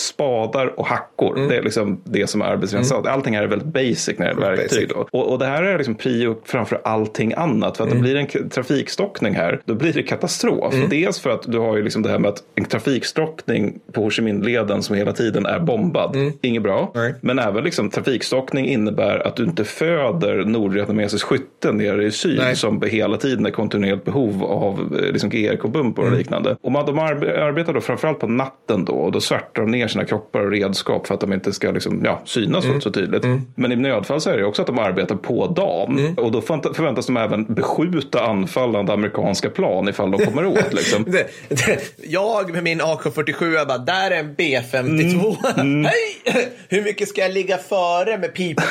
spadar och hackor. Mm. Det är liksom det som är arbetsredskap. Mm. Allting här är väldigt basic när det är verktyg då. Och, och det här är liksom prio framför allting annat. För att mm. det blir en k- trafikstockning här, då blir det katastrof. Mm. Dels för att du har ju liksom det här med att en trafikstockning på Ho Chi Minh-leden som hela tiden är bombad. Mm. Inget bra. Mm. Men även liksom trafikstockning innebär att du inte föder nordvietnamesisk skytte nere i syd. Nej. Som hela tiden är kontinuerligt behov av liksom G R K-bumpor och mm. liknande. Och man, de arbetar då framförallt på natten då. Och då svärtar de ner sina kroppar och redskap för att de inte ska liksom, ja, synas mm. så tydligt. Mm. Men i nödfall så är det också att de arbetar på dagen. Mm. Och då förväntas de även beskjuta anfallande amerikanska plan ifall de kommer åt. Liksom. det, det, jag med min A K fyrtiosju, jag bara, där är en B femtiotvå. Mm. Mm. Hej! Hur mycket ska jag ligga före med pipan?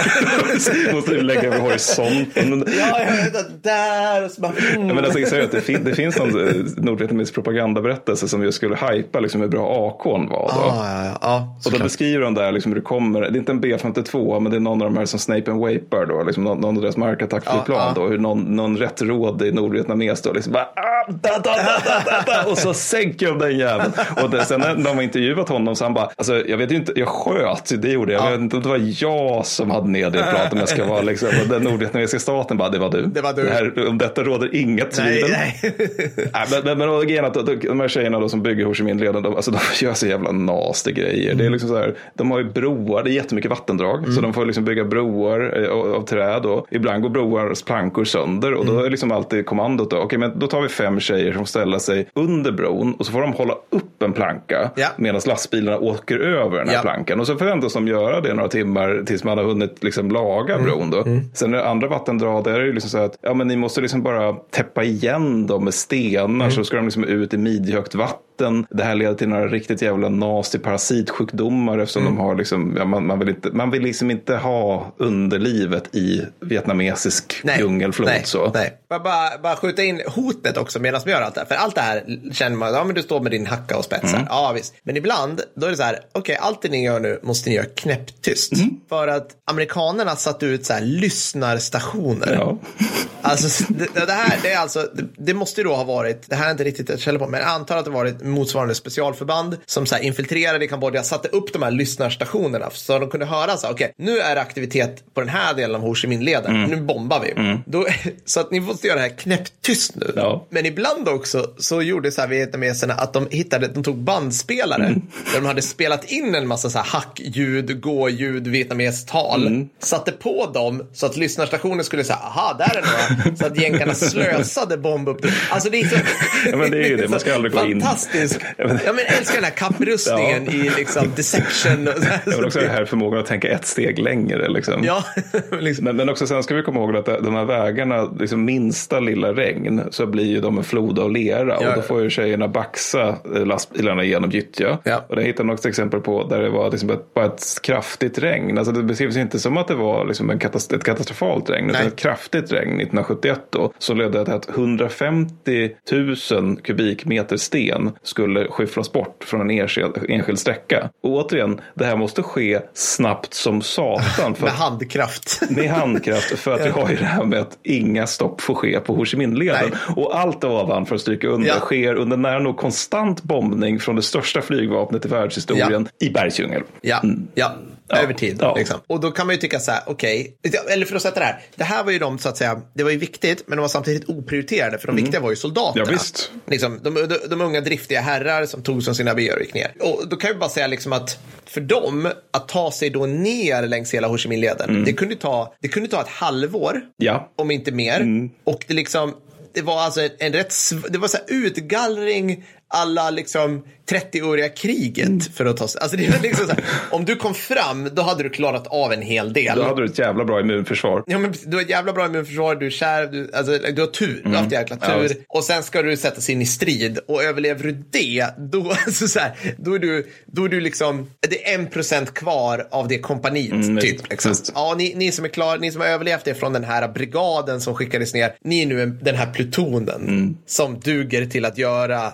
Måste du lägga över horisonten? Ja, jag vet att där och så bara, mm. ja, men alltså, jag att det, fin- det finns någon nordvietnamesisk propagandaberättelse som just skulle hypa liksom hur bra A K:n var då. Ah, ja, ja, ja, och då beskriver de där liksom hur det kommer, det är inte en B femtiotvå men det är någon av de här som Snape and Waper då, liksom någon, någon av deras markattackflygplan ah, ah. då, hur någon, någon rätt råd i nordvietnames då liksom bara ah, da, da, da, da, da, och så sänker de den jäveln. Och det, sen när de har intervjuat honom så han bara, alltså jag vet ju inte, jag sköt, det gjorde jag, jag vet inte om det var jag som hade ner det planet om jag ska vara liksom, och den nordvietnamesiska staten bara, det var du. Det var du. Det här, om detta råder inget tvivel. Nej, nej. men men, men och igen, att de här tjejerna då som bygger Ho Chi Minh-leden, de, alltså de gör så jävla nasty grejer. Mm. Det är liksom så här, de har ju broar, det är jättemycket vattendrag, mm. så de får liksom bygga broar av, av träd och ibland går broars plankor sönder och då mm. är liksom alltid kommandot då, okej men då tar vi fem tjejer som ställer sig under bron och så får de hålla upp en planka ja. medan lastbilarna åker över den här ja. plankan och så förväntas de göra det några timmar tills man har hunnit liksom laga mm. bron då. Mm. Sen är det andra vattendrag där är det liksom så att ja men ni måste liksom bara täppa igen dem med stenar mm. så ska de liksom ut i midjehögt vatten. Det här leder till några riktigt jävla nasty parasitsjukdomar eftersom mm. de har liksom, ja, man, man, vill inte, man vill liksom inte ha underlivet i vietnamesisk nej. djungelflod. Nej, så. nej. Bara, bara, bara skjuta in hotet också medan man gör allt det här. För allt det här känner man, ja men du står med din hacka och spetsar. Mm. Ja visst. Men ibland, då är det så här, okej okay, allt det ni gör nu måste ni göra knäpptyst. Mm. För att amerikanerna satt ut så här lyssnarstationer. Ja. Alltså det, det här, det är alltså, det, det måste ju då ha varit, det här är inte riktigt ett källa på, men jag antar att det varit motsvarande specialförband som så här infiltrerade i Kambodja, satte upp de här lyssnarstationerna så de kunde höra så här, okej, okay, nu är det aktivitet på den här delen av Ho Chi Minh-leden, mm. nu bombar vi. Mm. Då, så att ni måste göra det här knäpptyst nu. Ja. Men ibland också så gjorde så här vietnameserna att de hittade, de tog bandspelare mm. där de hade spelat in en massa så här hackljud, gå-ljud, vietnameskt tal, mm. satte på dem så att lyssnarstationen skulle säga, aha, där är några, så att jänkarna slösade bomb upp. Alltså det är så, ja, men det är ju det, man ska aldrig gå in. Fantastiskt. Ja, men jag älskar den här kapprustningen ja. i liksom deception. Och ja, men också det här förmågan att tänka ett steg längre. Liksom. Ja, liksom. men, men också sen ska vi komma ihåg att de här vägarna, liksom minsta lilla regn, så blir ju de en flod av lera. Ja, och då får ju tjejerna baxa lastbilarna genom gyttja. Ja. Och det hittar något exempel på där det var liksom ett, bara ett kraftigt regn. Alltså det beskrivs inte som att det var liksom en katast- ett katastrofalt regn, utan ett kraftigt regn nittonhundrasjuttioett då, så ledde det till att hundrafemtio tusen kubikmeter sten skulle skyfflas bort från en enskild, enskild sträcka. Och återigen, det här måste ske snabbt som satan. För med handkraft. Med handkraft, för att vi har ju det här med att inga stopp får ske på Ho Chi Minh-leden. Och allt ovan, för att stryka under, ja. sker under nära nog konstant bombning från det största flygvapnet i världshistorien ja. i bergsdjungel. Ja, mm. ja. Ja, över tid. Ja. Liksom. Och då kan man ju tycka så här, okej, okay, eller för att sätta det här, det här var ju de så att säga, det var ju viktigt, men de var samtidigt oprioriterade, för de mm. viktiga var ju soldaterna. Ja, visst. Liksom, de, de, de unga driftiga herrar som tog som sina byar och gick ner. Och då kan vi bara säga liksom att för dem att ta sig då ner längs hela Ho Chi Minh-leden, mm. det kunde ta, det kunde ta ett halvår, ja. om inte mer. Mm. Och det liksom, det var alltså en, en rätt, det var så här utgallring alla liksom trettioåriga kriget mm. för att ta sig. Alltså det är liksom så här, om du kom fram, då hade du klarat av en hel del. Då hade du ett jävla bra immunförsvar. Ja, men du har ett jävla bra immunförsvar, du är kär, du, alltså, du har tur, mm. du har haft jäkla tur. Ja, och sen ska du sätta sig in i strid. Och överlever du det, då, alltså så här, då är du, då är du liksom, det är en procent kvar av det kompaniet, mm, typ. Liksom. Ja, ni, ni som är klar, ni som har överlevt det från den här brigaden som skickades ner, ni är nu den här plutonen mm. som duger till att göra okej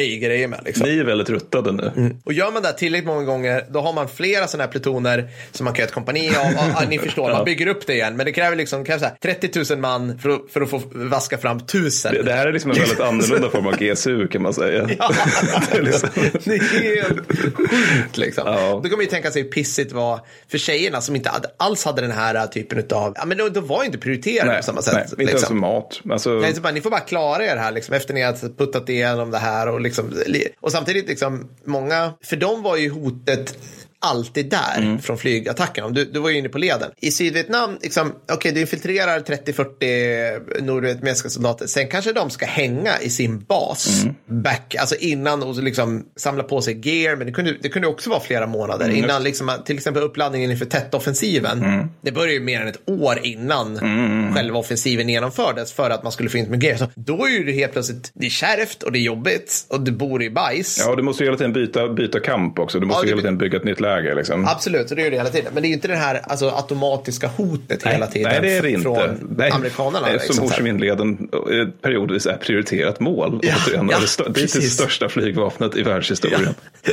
okej grejer med. Liksom. Ni är väldigt ruttade nu. Mm. Och gör man det tillräckligt många gånger, då har man flera sådana här plutoner som man kan göra ett kompani av. Ja, ni förstår, man bygger upp det igen. Men det kräver liksom kräver så här, trettio tusen man för att, för att få vaska fram tusen. Det, det här är liksom en väldigt annorlunda form av G S U kan man säga. Ja, det är, liksom... det är helt sjukt liksom. Ja. Då kan man ju tänka sig hur pissigt var för tjejerna som inte hade, alls hade den här typen av, ja men då, då var ju inte prioriterade nej, på samma sätt. Nej, inte liksom. Som mat. Alltså... Nej, så bara, ni får bara klara er här liksom, efter ni har puttat igenom det här och liksom, och samtidigt liksom, många, för dem var ju hotet alltid där mm. från flygattacken. Du, du var ju inne på leden. I Sydvietnam, liksom, okej, okay, du infiltrerar trettio fyrtio nordvietnamesiska soldater. Sen kanske de ska hänga i sin bas mm. back, alltså innan och liksom samla på sig gear. Men det kunde, det kunde också vara flera månader mm. innan, liksom, till exempel uppladdningen inför Tet-offensiven. Mm. Det började ju mer än ett år innan mm. själva offensiven genomfördes för att man skulle få in med gear. Så då är ju det helt plötsligt, det är kärvt och det är jobbigt och du bor i bajs. Ja, och du måste ju hela tiden byta, byta kamp också. Du måste ja, ju hela tiden bygga ett nytt läge. Liksom. Absolut, så det gör det hela tiden. Men det är ju inte det här alltså, automatiska hotet nej, hela tiden. Nej, det är det inte. Från nej, amerikanerna. Nej, som Ho Chi Minh-leden periodvis är prioriterat mål. Ja, ja, det, st- det är det största flygvapnet i världshistorien. Ja.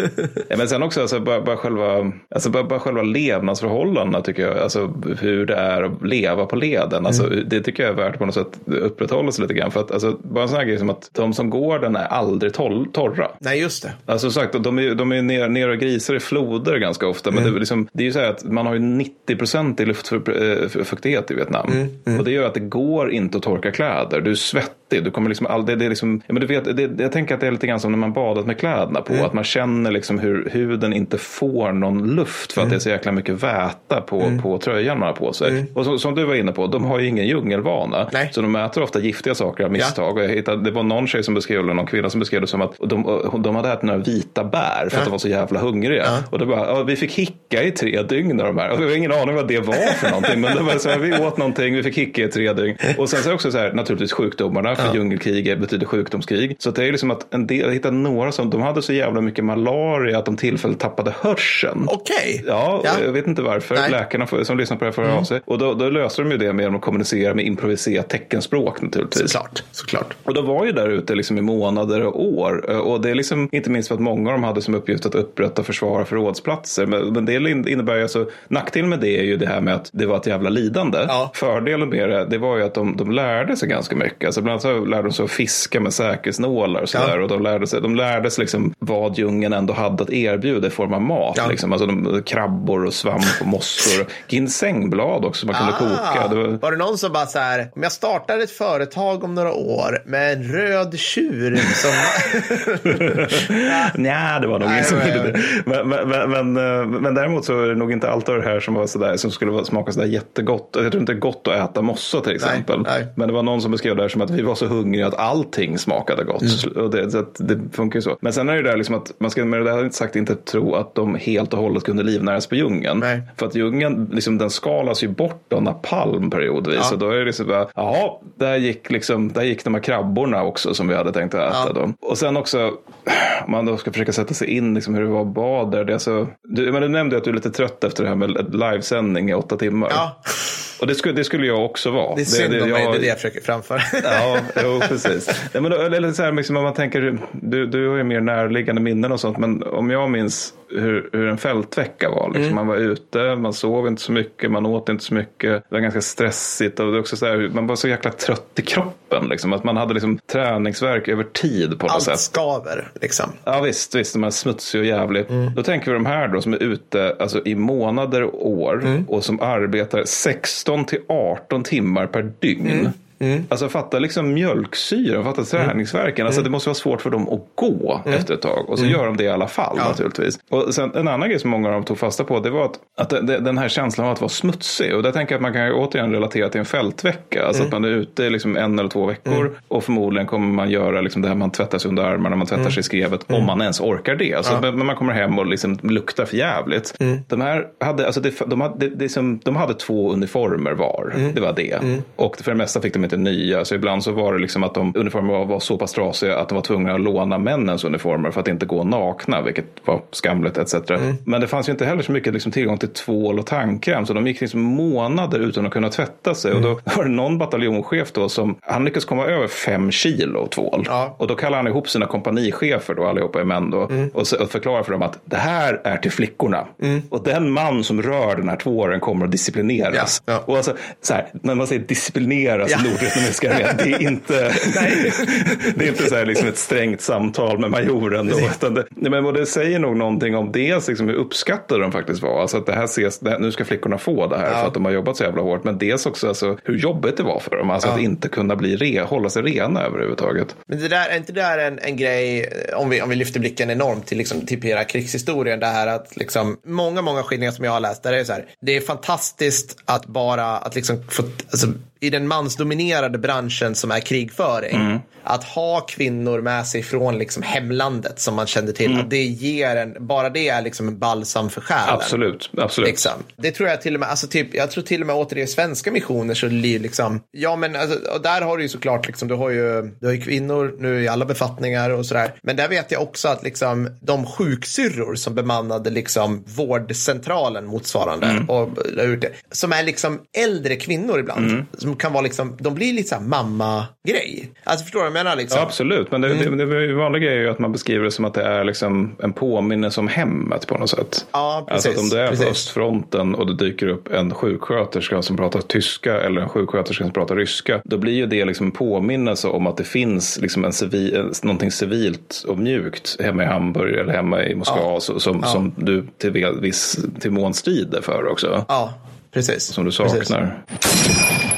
ja, men sen också alltså, bara, bara, själva, alltså, bara, bara själva levnadsförhållandena tycker jag. Alltså hur det är att leva på leden. Alltså, mm. Det tycker jag är värt på något sätt upprätthålla sig lite grann. För att alltså, bara en sån här grej som att de som går den är aldrig tol- torra. Nej, just det. Alltså sagt, de är, de är ner, ner och grisar i floder ganska ofta. Men mm. det, är liksom, det är ju så här att man har ju nittio procent i luftfuktighet i Vietnam. Mm. Mm. Och det gör att det går inte att torka kläder. Du är svettig. Du kommer liksom aldrig, det är liksom, ja, men du vet, det, jag tänker att det är lite grann som när man badat med kläderna på. Mm. Att man känner liksom hur huden inte får någon luft för att mm. det är så jäkla mycket väta på, mm. på tröjan man har på sig. Mm. Och så, som du var inne på, de har ju ingen djungelvana. Nej. Så de äter ofta giftiga saker av misstag. Ja. Och jag hittade, det var någon tjej som beskrev det, någon kvinna som beskrev det som att de, de hade ätit några vita bär för ja. att de var så jävla hungriga. Ja. Och det bara, ja, vi fick hicka i tre dygn av de här. Och jag har ingen aning vad det var för någonting. Men det var så här, vi åt någonting, vi fick hicka i tre dygn. Och sen så är det också så här, naturligtvis sjukdomarna. För ja. djungelkrig betyder sjukdomskrig. Så det är liksom att en del, jag hittade några som, de hade så jävla mycket malaria att de tillfälligt tappade hörseln. Okej. Okay. Ja, ja, jag vet inte varför. Nej. Läkarna får, som lyssnar på det får mm. av sig. Och då, då löser de ju det med att kommunicera med improviserat teckenspråk naturligtvis. Såklart, såklart. Och då var ju där ute liksom i månader och år. Och det är liksom, inte minst för att många av dem hade som uppgift att upprätta och försvara förrådsplatser. Men, men det innebär ju alltså, nackdelen med det är ju det här med att det var ett jävla lidande. Ja. Fördelen med det, det var ju att de, de lärde sig ganska mycket. Alltså bland annat så lärde de sig att fiska med säkerhetsnålar och sådär. Ja. Och de lärde sig, de lärde sig liksom vad djungeln ändå hade att erbjuda i form av mat. Ja. Liksom. Alltså de, krabbor och svamp och mossor. Ginsengblad också som man kunde ah. koka. Det var... var det någon som bara så här, om jag startar ett företag om några år med en röd tjur som... Nej, det var nog inte så mycket. Men, men, men, men, men däremot så är det nog inte allt av det här som var sådär, som skulle smaka sådär jättegott. Jag tror inte det är gott att äta mossa till exempel. Nej, nej. Men det var någon som beskrev det här som att vi var så hungriga att allting smakade gott. Mm. Och det, så att det funkar ju så. Men sen är det där liksom att man ska med det här inte sagt inte tro att de helt och hållet kunde livnäras på djungeln. Nej. För att djungeln, liksom, den skalas ju bort av napalm periodvis. Ja. Och då är det liksom bara, jaha, där gick liksom, där gick de här krabborna också som vi hade tänkt att äta. Ja. Då. Och sen också, om man då ska försöka sätta sig in liksom hur det var bad där. Det är så, du, men du nämnde att du är lite trött efter det här med livesändning i åtta timmar. Ja. Och det skulle, det skulle jag också vara. Det är synd det, det, om mig, jag, det är det jag försöker framföra. Ja, jo, precis. Ja, men då, eller så här, liksom, om man tänker, du, du har ju mer närliggande minnen och sånt, men om jag minns hur, hur en fältvecka var. Liksom, mm. Man var ute, man sov inte så mycket, man åt inte så mycket. Det var ganska stressigt och det var också så här, man var så jäkla trött i kroppen. Liksom, att man hade liksom träningsverk över tid på något allt sätt. Allt skaver, liksom. Ja, visst, visst, de är smutsiga och jävligt. Mm. Då tänker vi de här då som är ute alltså, i månader och år mm. och som arbetar sexton till arton timmar per dygn. Mm. Mm. Alltså fatta liksom mjölksyra, fatta träningsverken. Mm. Alltså det måste vara svårt för dem att gå mm. efter ett tag. Och så mm. gör de det i alla fall ja. naturligtvis. Och sen en annan grej som många av dem tog fasta på, det var att, att det, den här känslan av att vara smutsig. Och där tänker jag att man kan återigen relatera till en fältvecka. Alltså mm. att man är ute liksom en eller två veckor mm. och förmodligen kommer man göra liksom det här, man tvättar sig under armarna, man tvättar mm. sig i skrevet mm. om man ens orkar det. Alltså, ja. Men man kommer hem och liksom luktar för jävligt. Mm. De här hade, alltså det, de, hade, det, det som, de hade två uniformer var. Mm. Det var det. Mm. Och för det mesta fick de inte nya. Så ibland så var det liksom att de uniformer var, var så pass trasiga att de var tvungna att låna männens uniformer för att inte gå nakna, vilket var skamligt et cetera. Mm. Men det fanns ju inte heller så mycket liksom tillgång till tvål och tandkräm, så de gick liksom månader utan att kunna tvätta sig. Mm. Och då var det någon bataljonschef då som, han lyckades komma över fem kilo tvål. Ja. Och då kallade han ihop sina kompanichefer då, allihopa är män då, mm. och, och förklarade för dem att det här är till flickorna. Mm. Och den man som rör den här tvålen kommer att disciplineras. Ja. Ja. Och alltså, så här, när man säger disciplineras ja. nordvietnamesiska armén, det är inte det är inte så här liksom ett strängt samtal med majoren då, utan det, men det säger nog någonting om dels liksom hur uppskattade de faktiskt var. Alltså att det här ses, det här, nu ska flickorna få det här ja. för att de har jobbat så jävla hårt, men dels också alltså, hur jobbigt det var för dem, alltså ja. att inte kunna bli re, hålla sig rena överhuvudtaget. Men det där, är inte det där en, en grej, om vi, om vi lyfter blicken enormt till, liksom, till hela krigshistorien, det här att liksom, många, många skildringar som jag har läst, där är det så här, det är fantastiskt att bara, att liksom få, alltså, i den mansdominerade branschen som är krigföring, mm. att ha kvinnor med sig från liksom hemlandet som man kände till, mm. att det ger en, bara det är liksom en balsam för själen. Absolut, absolut. Liksom. Det tror jag till och med, alltså typ, jag tror till och med åter i svenska missioner så blir liksom, ja men alltså, och där har du ju såklart liksom, du har ju, du har ju kvinnor nu i alla befattningar och sådär, men där vet jag också att liksom de sjuksyrror som bemannade liksom vårdcentralen motsvarande mm. och det, som är liksom äldre kvinnor ibland, mm. som kan vara liksom, de blir lite så här mamma-grej. Alltså förstår du vad jag menar liksom? Ja, absolut, men det, mm. det, det vanliga grejen är ju att man beskriver det som att det är liksom en påminnelse om hemmet på något sätt. Ja, precis. Alltså att om du är precis. på östfronten och det dyker upp en sjuksköterska som pratar tyska eller en sjuksköterska som pratar ryska, då blir ju det liksom en påminnelse om att det finns liksom en civil, någonting civilt och mjukt hemma i Hamburg eller hemma i Moskva ja. som, som, ja. som du till viss till mån strider för också. Ja, precis. Som du saknar. Precis.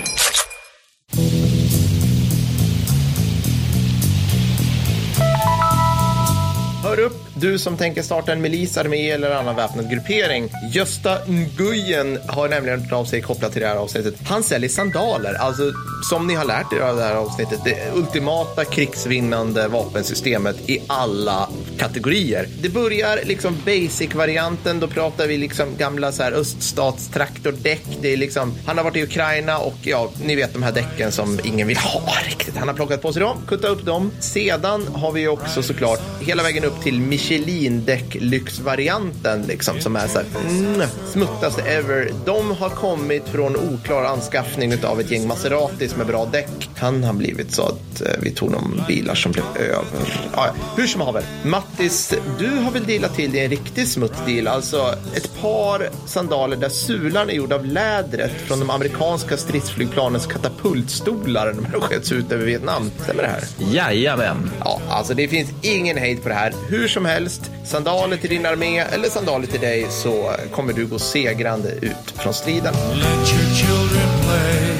Hör upp, du som tänker starta en milisarmé eller annan väpnad gruppering. Gösta Nguyen har nämligen hört av sig kopplat till det här avsnittet. Han säljer sandaler, alltså som ni har lärt er av det här avsnittet, det ultimata krigsvinnande vapensystemet i alla kategorier. Det börjar liksom basic-varianten, då pratar vi liksom gamla så här öststatstraktordäck. Det är liksom, han har varit i Ukraina och ja, ni vet de här däcken som ingen vill ha riktigt. Han har plockat på sig dem, kuttat upp dem. Sedan har vi också såklart hela vägen upp till Michelin-däck-lyxvarianten liksom, som är så här mm, smuttaste ever. De har kommit från oklar anskaffning av ett gäng Maseratis med bra däck. Kan ha blivit så att eh, vi tog de bilar som blev över. Ja, ja. Hur som haver. Mattis, du har väl delat till dig en riktig smuttdeal, alltså ett par sandaler där sulan är gjord av lädret från de amerikanska stridsflygplanens katapultstolar när de sköts ut över Vietnam. Stämmer det här? Jajamän. Ja, alltså det finns ingen hejd på det här. Hur som helst, sandaler till din armé eller sandaler till dig, så kommer du gå segrande ut från striden. Let your children play.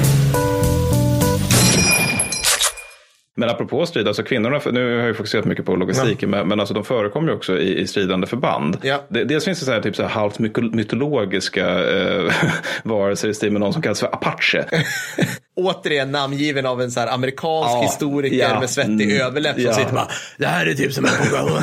Men apropå strid, alltså kvinnorna, nu har jag ju fokuserat mycket på logistiken, ja. men, men alltså de förekommer ju också i, i stridande förband. Ja. Det, dels finns det så här, typ så här halvt mytologiska eh, varelser i stil med någon som kallas för Apache. Återigen namngiven av en så här amerikansk ja, historiker ja, med svettig mm, överläpp som ja. sitter bara, det här är typ som en Pokémon.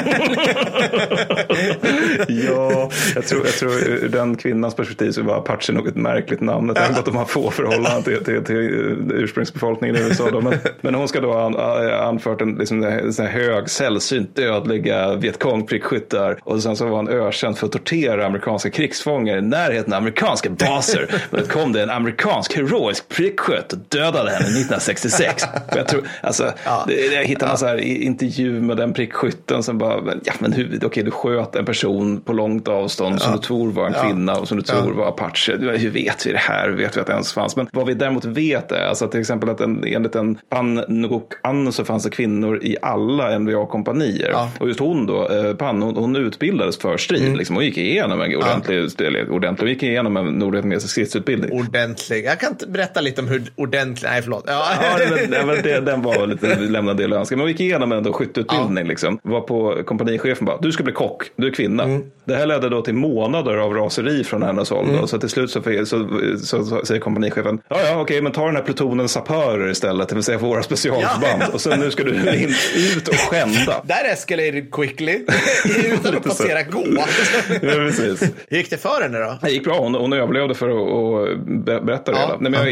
Ja, jag tror, jag tror ur den kvinnans perspektiv så var Apache något märkligt namn. Jag tänkte att de har få förhållanden till, till, till ursprungsbefolkningen i U S A då. Men, men hon ska då ha an, anfört en, liksom, en sån här hög, sällsynt dödliga Vietkong-prickskyttar, och sen så var han ökänd för att tortera amerikanska krigsfångar i närheten av amerikanska baser. Men det kom det en amerikansk heroisk prickskytt och dödade henne nittonhundrasextiosex. Jag tror, alltså, ja. det, jag hittade en så här intervju med den prickskytten som bara, men, ja men hur, okej okay, du sköt en person på långt avstånd ja. som du tror var en ja. kvinna och som du tror ja. var Apache. Hur vet vi det här? Hur vet vi att det ens fanns? Men vad vi däremot vet är alltså till exempel att en, enligt en Pan Ngoc An så fanns det kvinnor i alla N V A-kompanier. Ja. Och just hon då, eh, Pan, hon, hon utbildades för strid. Mm. Liksom, hon gick igenom en ordentlig, ja. ordentlig, gick igenom en nordvietnamesisk stridsutbildning. Ordentlig. Jag kan inte berätta lite om hur ordentlig, nej förlåt. Ja, ja men, men det, den var lite lämnade det önska. Men vi gick igenom en skytteutbildning ja. liksom. Var på kompanichefen bara, du ska bli kock, du är kvinna. Mm. Det här ledde då till månader av raseri från hennes håll. Mm. Så till slut så, så, så, så, så säger kompanichefen, ja ja okej, men ta den här plutonen sapörer istället, det vill säga våra specialförband. Ja. Och sen nu ska du in, ut och skända. Där escalated quickly. Utan att passera gå. Ja, precis. Hur gick det för henne då? Det gick bra, hon, hon överlevde för att och berätta det ja. hela. Nej, men jag hittade någon,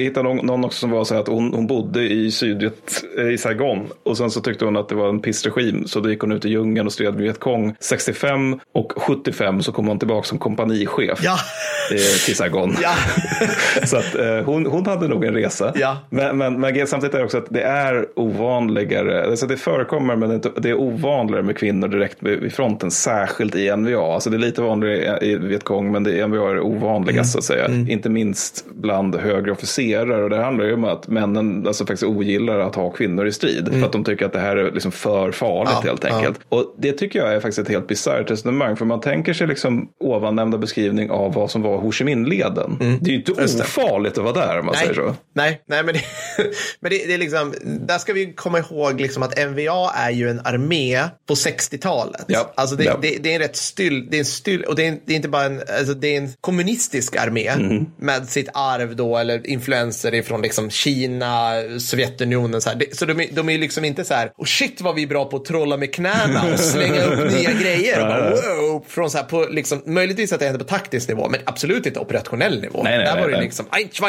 någon också som var så här att hon, hon bodde i Sydviet, i Saigon, och sen så tyckte hon att det var en pissregim, så då gick hon ut i djungeln och stred med Vietkong. sextiofem och sjuttiofem så kom hon tillbaka som kompanichef ja. till Saigon. Ja. Så att eh, hon, hon hade nog en resa. Ja. Men, men, men samtidigt är det också att det är ovanligare, alltså det förekommer, men det är ovanligare med kvinnor direkt vid fronten, särskilt i N V A. Alltså det är lite vanligare i Vietkong, men det är N V A är ovanligast, mm. så att säga. Mm. Inte minst bland högre officerare, och det handlar ju om att männen alltså faktiskt ogillar att ha kvinnor i strid, mm. för att de tycker att det här är liksom för farligt, ja. helt enkelt. Ja. Och det tycker jag är faktiskt ett helt bisarrt resonemang, för man tänker sig liksom ovannämnda beskrivning av vad som var Ho Chi Minh-leden. Mm. Det är ju inte ofarligt att vara där, om man nej. säger så. Nej, nej men, det, men det, det är liksom, där ska vi komma ihåg liksom att N V A är ju en armé på sextiotalet. Ja. Alltså det, ja. det, det är en rätt styll, det är en styll, och det är, det är inte bara en, alltså det är en kommunistisk armé mm. med sitt arv då, eller influenser ifrån liksom Kina, Sovjetunionen så här. Det, så de, de är ju liksom inte så här, oh shit vad vi är bra på att trolla med knäna och slänga upp nya grejer. Bara, wow, från så här på liksom, möjligtvis att det händer på taktisk nivå, men absolut inte operationell nivå. Nej, nej, där nej, var det nej. liksom,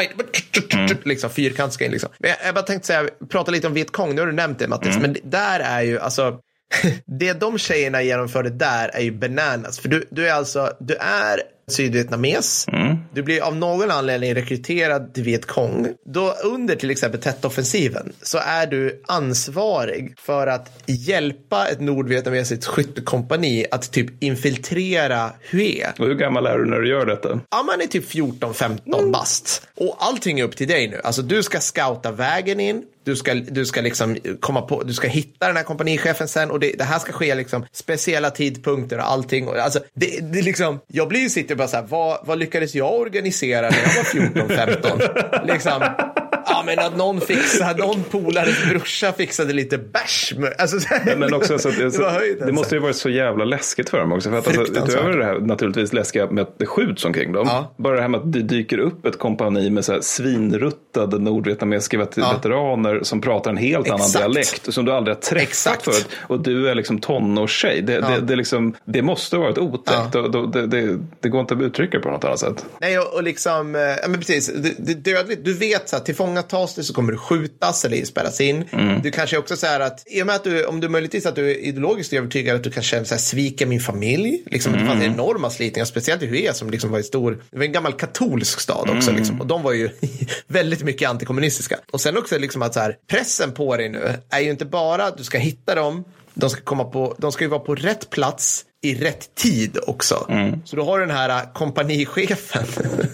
mm. liksom fyrkantiska in liksom. Men jag, jag bara tänkte säga, prata lite om Vietkong, nu har du nämnt det, Mattis, mm. men där är ju alltså det de tjejerna genomförde där är ju bananas, för du, du är alltså, du är sydvietnames. Mm. Du blir av någon anledning rekryterad till Vietkong. Då under till exempel Tet-offensiven så är du ansvarig för att hjälpa ett nordvietnamesiskt skyttekompani att typ infiltrera Hue. Och hur gammal är du när du gör detta? Ja, man är typ fjorton femton mm. bast. Och allting är upp till dig nu. Alltså du ska scouta vägen in. Du ska, du ska liksom komma på, du ska hitta den här kompanichefen sen, och det, det här ska ske liksom speciella tidpunkter och allting. Och alltså, det, det liksom, jag blir ju sitter bara så här, vad, vad lyckades jag organisera när jag var fjorton femton? liksom, ja men att någon fixade, någon polares brorsa fixade lite bärs. Alltså, men, men också så, det, så, höjden, det måste ju varit så jävla läskigt för dem också. För att alltså, utöver det här naturligtvis läskiga med att det skjuts omkring dem. Ja. Bara det här med att det dyker upp ett kompani med så här svinruttade nordvietnamesiska vet- ja. veteraner som pratar en helt Exakt. annan dialekt som du aldrig har träffat Exakt. förut. Och du är liksom tonårstjej. Det, ja. det, det, liksom, det måste ha varit otäckt. Ja. Och det, det, det går inte att uttrycka på något annat sätt. Nej, och, och liksom, ja men precis, det, det dödligt. Du vet så att tillfångatas det så kommer du skjutas eller spärras in. Mm. Du kanske också säger att, i och med att du, om du möjligtvis att du är ideologiskt övertygad att du kan känna så här, svika min familj. Liksom, mm. det fanns enorma slitningar, speciellt i Hue som liksom var en stor, det var en gammal katolsk stad också. Mm. Liksom, och de var ju väldigt mycket antikommunistiska. Och sen också liksom att så här, pressen på dig nu är ju inte bara att du ska hitta dem, de ska komma på, de ska ju vara på rätt plats i rätt tid också. Mm. Så då har du den här kompanichefen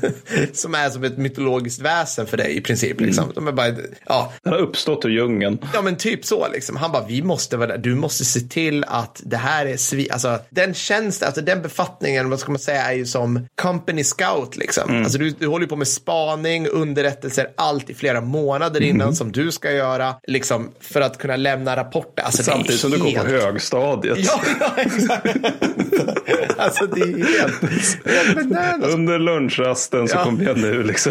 som är som ett mytologiskt väsen för dig i princip. Liksom. Mm. De är bara, ja. Den har uppstått ur djungeln. Ja men typ så liksom. Han bara, vi måste vara där. Du måste se till att det här är svi- alltså den tjänst, alltså den befattningen, vad ska man säga, är ju som company scout liksom. Mm. Alltså du, du håller på med spaning, underrättelser, allt i flera månader innan mm. som du ska göra liksom för att kunna lämna rapporter. Alltså, samtidigt som helt... du går på högstadiet. Ja, ja exakt. Alltså det är helt, helt under lunchrasten så ja. kommer jag nu liksom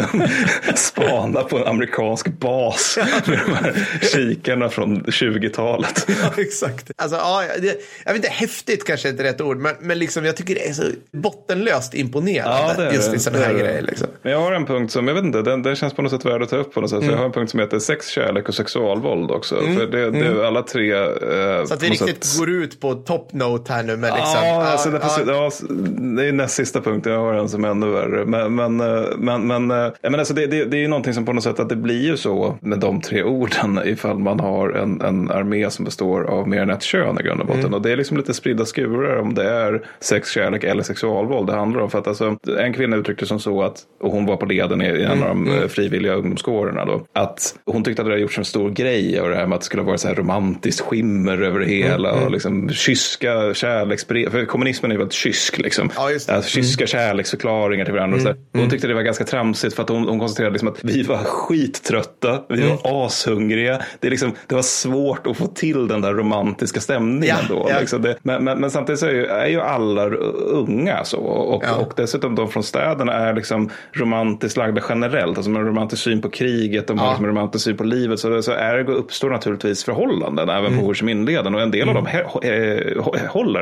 spana på en amerikansk bas med de här kikarna från tjugotalet. Ja, exakt. Alltså, ja, det, jag vet inte, häftigt kanske är inte rätt ord, men, men liksom, jag tycker det är så bottenlöst imponerande ja, det är, just i sådana här det grejer. Liksom. Men jag har en punkt som, jag vet inte, den, den känns på något sätt värd att ta upp på något sätt. Mm. Jag har en punkt som heter sex, kärlek och sexualvåld också. Mm. För det, det är alla tre... Eh, så att vi riktigt sätt... går ut på top note här nu med liksom... Ja, alltså, det, ja. Ja, det är näst sista punkten. Jag har en som är ännu värre. Men, men, men, men, men alltså det, det, det är ju någonting som på något sätt att det blir ju så med de tre orden ifall man har en, en armé som består av mer än ett kön i grund och botten. Mm. Och det är liksom lite spridda skurar om det är sex, kärlek eller sexualvåld det handlar om. För att alltså, en kvinna uttryckte som så att, och hon var på leden i en mm. av de mm. frivilliga ungdomskårerna då, att hon tyckte att det hade gjorts en stor grej av det här med att det skulle vara så här romantiskt skimmer över det hela mm. och liksom kyska kärleksbrev. För kommunismen är väldigt kysk liksom. Ja, just det. Alltså, kyska mm. kärleksförklaringar till varandra. Mm. Och hon mm. tyckte det var ganska tramsigt för att hon, hon konstaterade liksom att vi var skittrötta, vi mm. var ashungriga. Det, är liksom, det var svårt att få till den där romantiska stämningen ja, då. Ja. Liksom det, men, men, men samtidigt så är ju, är ju alla unga så. Och, ja. och dessutom de från städerna är liksom romantiskt lagda generellt. Alltså med en romantisk syn på kriget, de har ja. liksom en romantisk syn på livet. Så, så ergo uppstår naturligtvis förhållanden även mm. på Ho Chi Minh-leden. Och en del mm. av dem he, he, he, håller även efter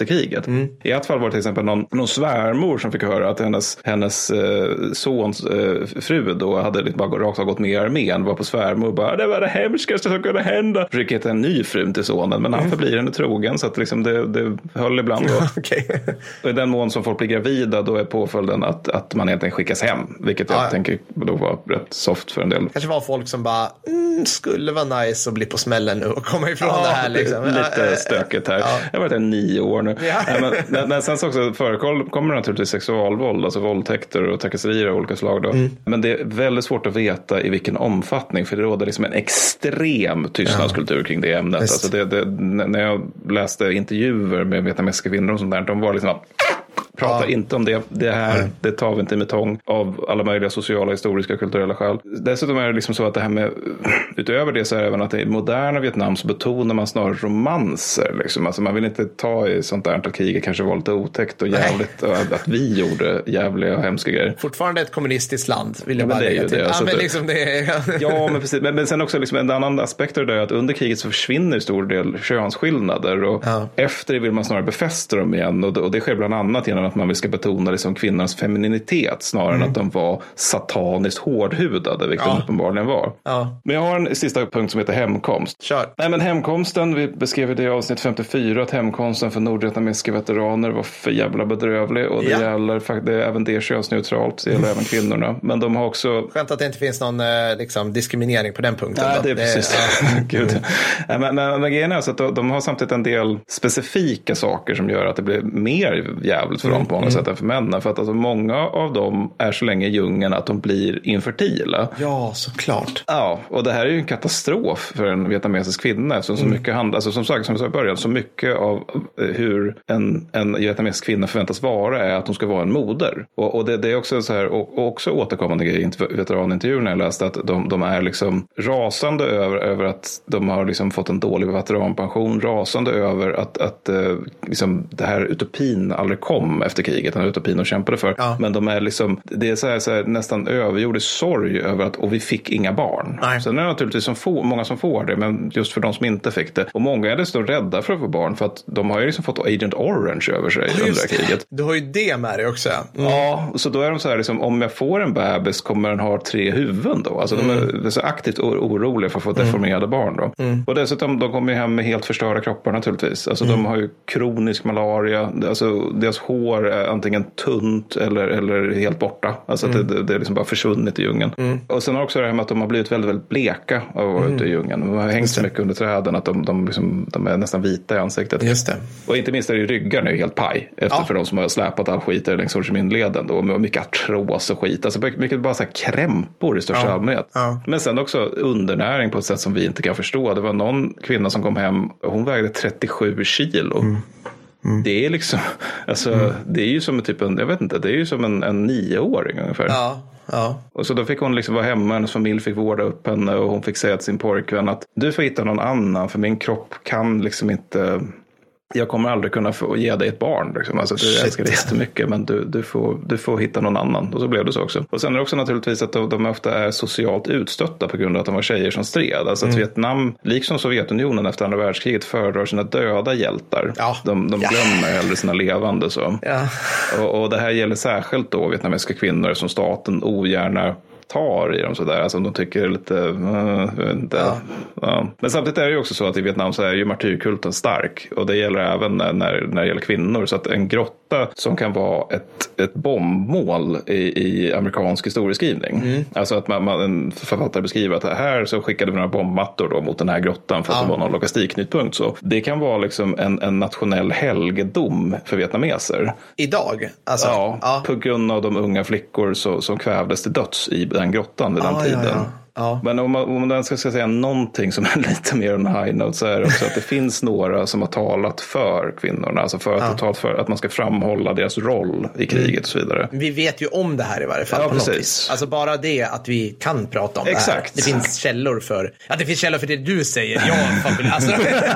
kriget. Mm. I ett fall var det till exempel någon, någon svärmor som fick höra att hennes, hennes eh, sons eh, fru då hade lite bara rakt av gått med i armén, var på svärmor och bara, det var det hemskaste som kunde hända. Försöker hitta en ny fru till sonen, men han mm. förblir henne trogen, så att liksom det, det höll ibland då. Okay. Och i den mån som folk blir gravida, då är påföljden att, att man egentligen skickas hem, vilket jag ah, ja. tänker då var rätt soft för en del. Kanske var folk som bara, mm, skulle vara nice att bli på smällen nu och komma ifrån ja, det här liksom. Lite stökigt här. Ja. Jag har varit här nio år nu. Ja. Men, men, men sen så också förekommer naturligtvis sexualvåld, alltså våldtäkter och trakasserier av olika slag då. Mm. Men det är väldigt svårt att veta i vilken omfattning, för det råder liksom en extrem tystnadskultur kring det ämnet. Alltså det, det, när jag läste intervjuer med vietnamesiska kvinnor och sånt där, de var liksom att prata ja. inte om det. Det här, mm. det tar vi inte med tång av alla möjliga sociala, historiska, kulturella skäl. Dessutom är det liksom så att det här med, utöver det så är det även att i moderna Vietnam så betonar man snarare romanser. Liksom. Alltså man vill inte ta i sånt där att kriget kanske var lite otäckt och jävligt och att vi gjorde jävliga och hemska grejer. Fortfarande ett kommunistiskt land, vill jag ja, bara lägga till. Det, ja, alltså men det, liksom det är... ja, men precis. Men, men sen också liksom en annan aspekt av det är att under kriget så försvinner i stor del könsskillnader och ja. efter det vill man snarare befästa dem igen, och det, och det sker bland annat genom att man vill ska betona liksom kvinnans femininitet snarare mm. än att de var sataniskt hårdhudade, vilket ja. de uppenbarligen var. Ja. Men jag har en sista punkt som heter hemkomst. Kör. Nej, men hemkomsten, vi beskrev det i avsnitt femtiofyra att hemkomsten för nordvietnamesiska veteraner var för jävla bedrövlig, och det ja. gäller det är även det könsneutralt, det gäller även kvinnorna. Men de har också... Skönt att det inte finns någon liksom, diskriminering på den punkten. Nej, då. det är precis. Det är, Gud. Nej, men, men, men grejen är så att de, de har samtidigt en del specifika saker som gör att det blir mer jävligt för mm. dem på många mm. sätt än för männen. För att alltså, många av dem är så länge i djungeln att de blir infertila. Ja, såklart. Ja, och det här är ju en katastrof för en vietnamesisk kvinna. Eftersom så mm. mycket handlar, alltså som sagt, som jag sa i början, så mycket av hur en, en vietnamesisk kvinna förväntas vara är att hon ska vara en moder. Och, och det, det är också så här, och, och också återkommande i veteranintervjun när jag läste att de, de är liksom rasande över, över att de har liksom fått en dålig veteranpension, rasande över att, att liksom, det här utopin aldrig kom efter kriget, den här utopin de kämpade för. Ja. Men de är liksom, det är så här, så här, nästan övergjord sorg över att, och vi fick inga barn. Nej. Sen är det naturligtvis som få, många som får det, men just för de som inte fick det. Och många är desto rädda för att få barn, för att de har ju liksom fått Agent Orange över sig ja, under kriget. Du har ju det med dig också. Mm. Ja, så då är de så här liksom, om jag får en bebis kommer den ha tre huvuden då. Alltså mm. de är så aktivt oroliga för att få mm. deformerade barn då. Mm. Och dessutom, de kommer ju hem med helt förstörda kroppar naturligtvis. Alltså mm. de har ju kronisk malaria, alltså deras hår är antingen tunt eller, eller helt borta. Alltså mm. att det, det är liksom bara försvunnit i djungeln. Mm. Och sen också det här med att de har blivit väldigt, väldigt bleka av att vara mm. ute i djungeln. De har hängt så mycket under träden att de, de, liksom, de är nästan vita i ansiktet. Just det. Och inte minst är det ju ryggar nu helt paj. Efter ja. för de som har släpat all skit längs Ho Chi Minh-leden då. Med mycket artros och skit. Alltså mycket bara så här krämpor i största ja. allmänhet. Ja. Men sen också undernäring på ett sätt som vi inte kan förstå. Det var någon kvinna som kom hem. Hon vägde trettiosju kilo. Mm. Mm. Det är liksom, alltså mm. det är ju som en typ en, jag vet inte, det är ju som en, en nioåring ungefär. Ja, ja. Och så då fick hon liksom vara hemma, hennes familj fick vårda upp henne och hon fick säga till sin pojkvän att du får hitta någon annan för min kropp kan liksom inte, jag kommer aldrig kunna få ge dig ett barn. Liksom. Alltså, du Shit. älskar det jättemycket, men du, du, får, du får hitta någon annan. Och så blev det så också. Och sen är det också naturligtvis att de, de ofta är socialt utstötta på grund av att de var tjejer som stred. Alltså att mm. Vietnam, liksom Sovjetunionen efter andra världskriget, föredrar sina döda hjältar. Ja. De, de glömmer ja. hellre sina levande. Så. Ja. Och, och det här gäller särskilt då vietnamesiska kvinnor som staten ogärna tar i dem sådär, alltså de tycker lite uh, inte, ja. Ja. Men samtidigt är det ju också så att i Vietnam så är ju martyrkulten stark, och det gäller även när, när, när det gäller kvinnor, så att en grotta som kan vara ett, ett bombmål i, i amerikansk historieskrivning, mm. alltså att man, man, en författare beskriver att här så skickade vi några bombmattor då mot den här grottan för att ja. det var någon logistikknutpunkt, så det kan vara liksom en, en nationell helgedom för vietnameser. Idag? Alltså, ja, ja, på grund av de unga flickor så, som kvävdes till döds i den grottan vid den ah, tiden. Ja, ja. Ja. Men om man, om man ska, ska säga någonting som är lite mer en high note, så är det också att det finns några som har talat för kvinnorna, alltså för att, ja. totalt för att man ska framhålla deras roll i kriget mm. och så vidare. Vi vet ju om det här i varje fall. Ja, på precis. Något vis. Alltså bara det att vi kan prata om Exakt. det här. Det finns källor för, ja, det finns källor för det du säger. Ja, alltså,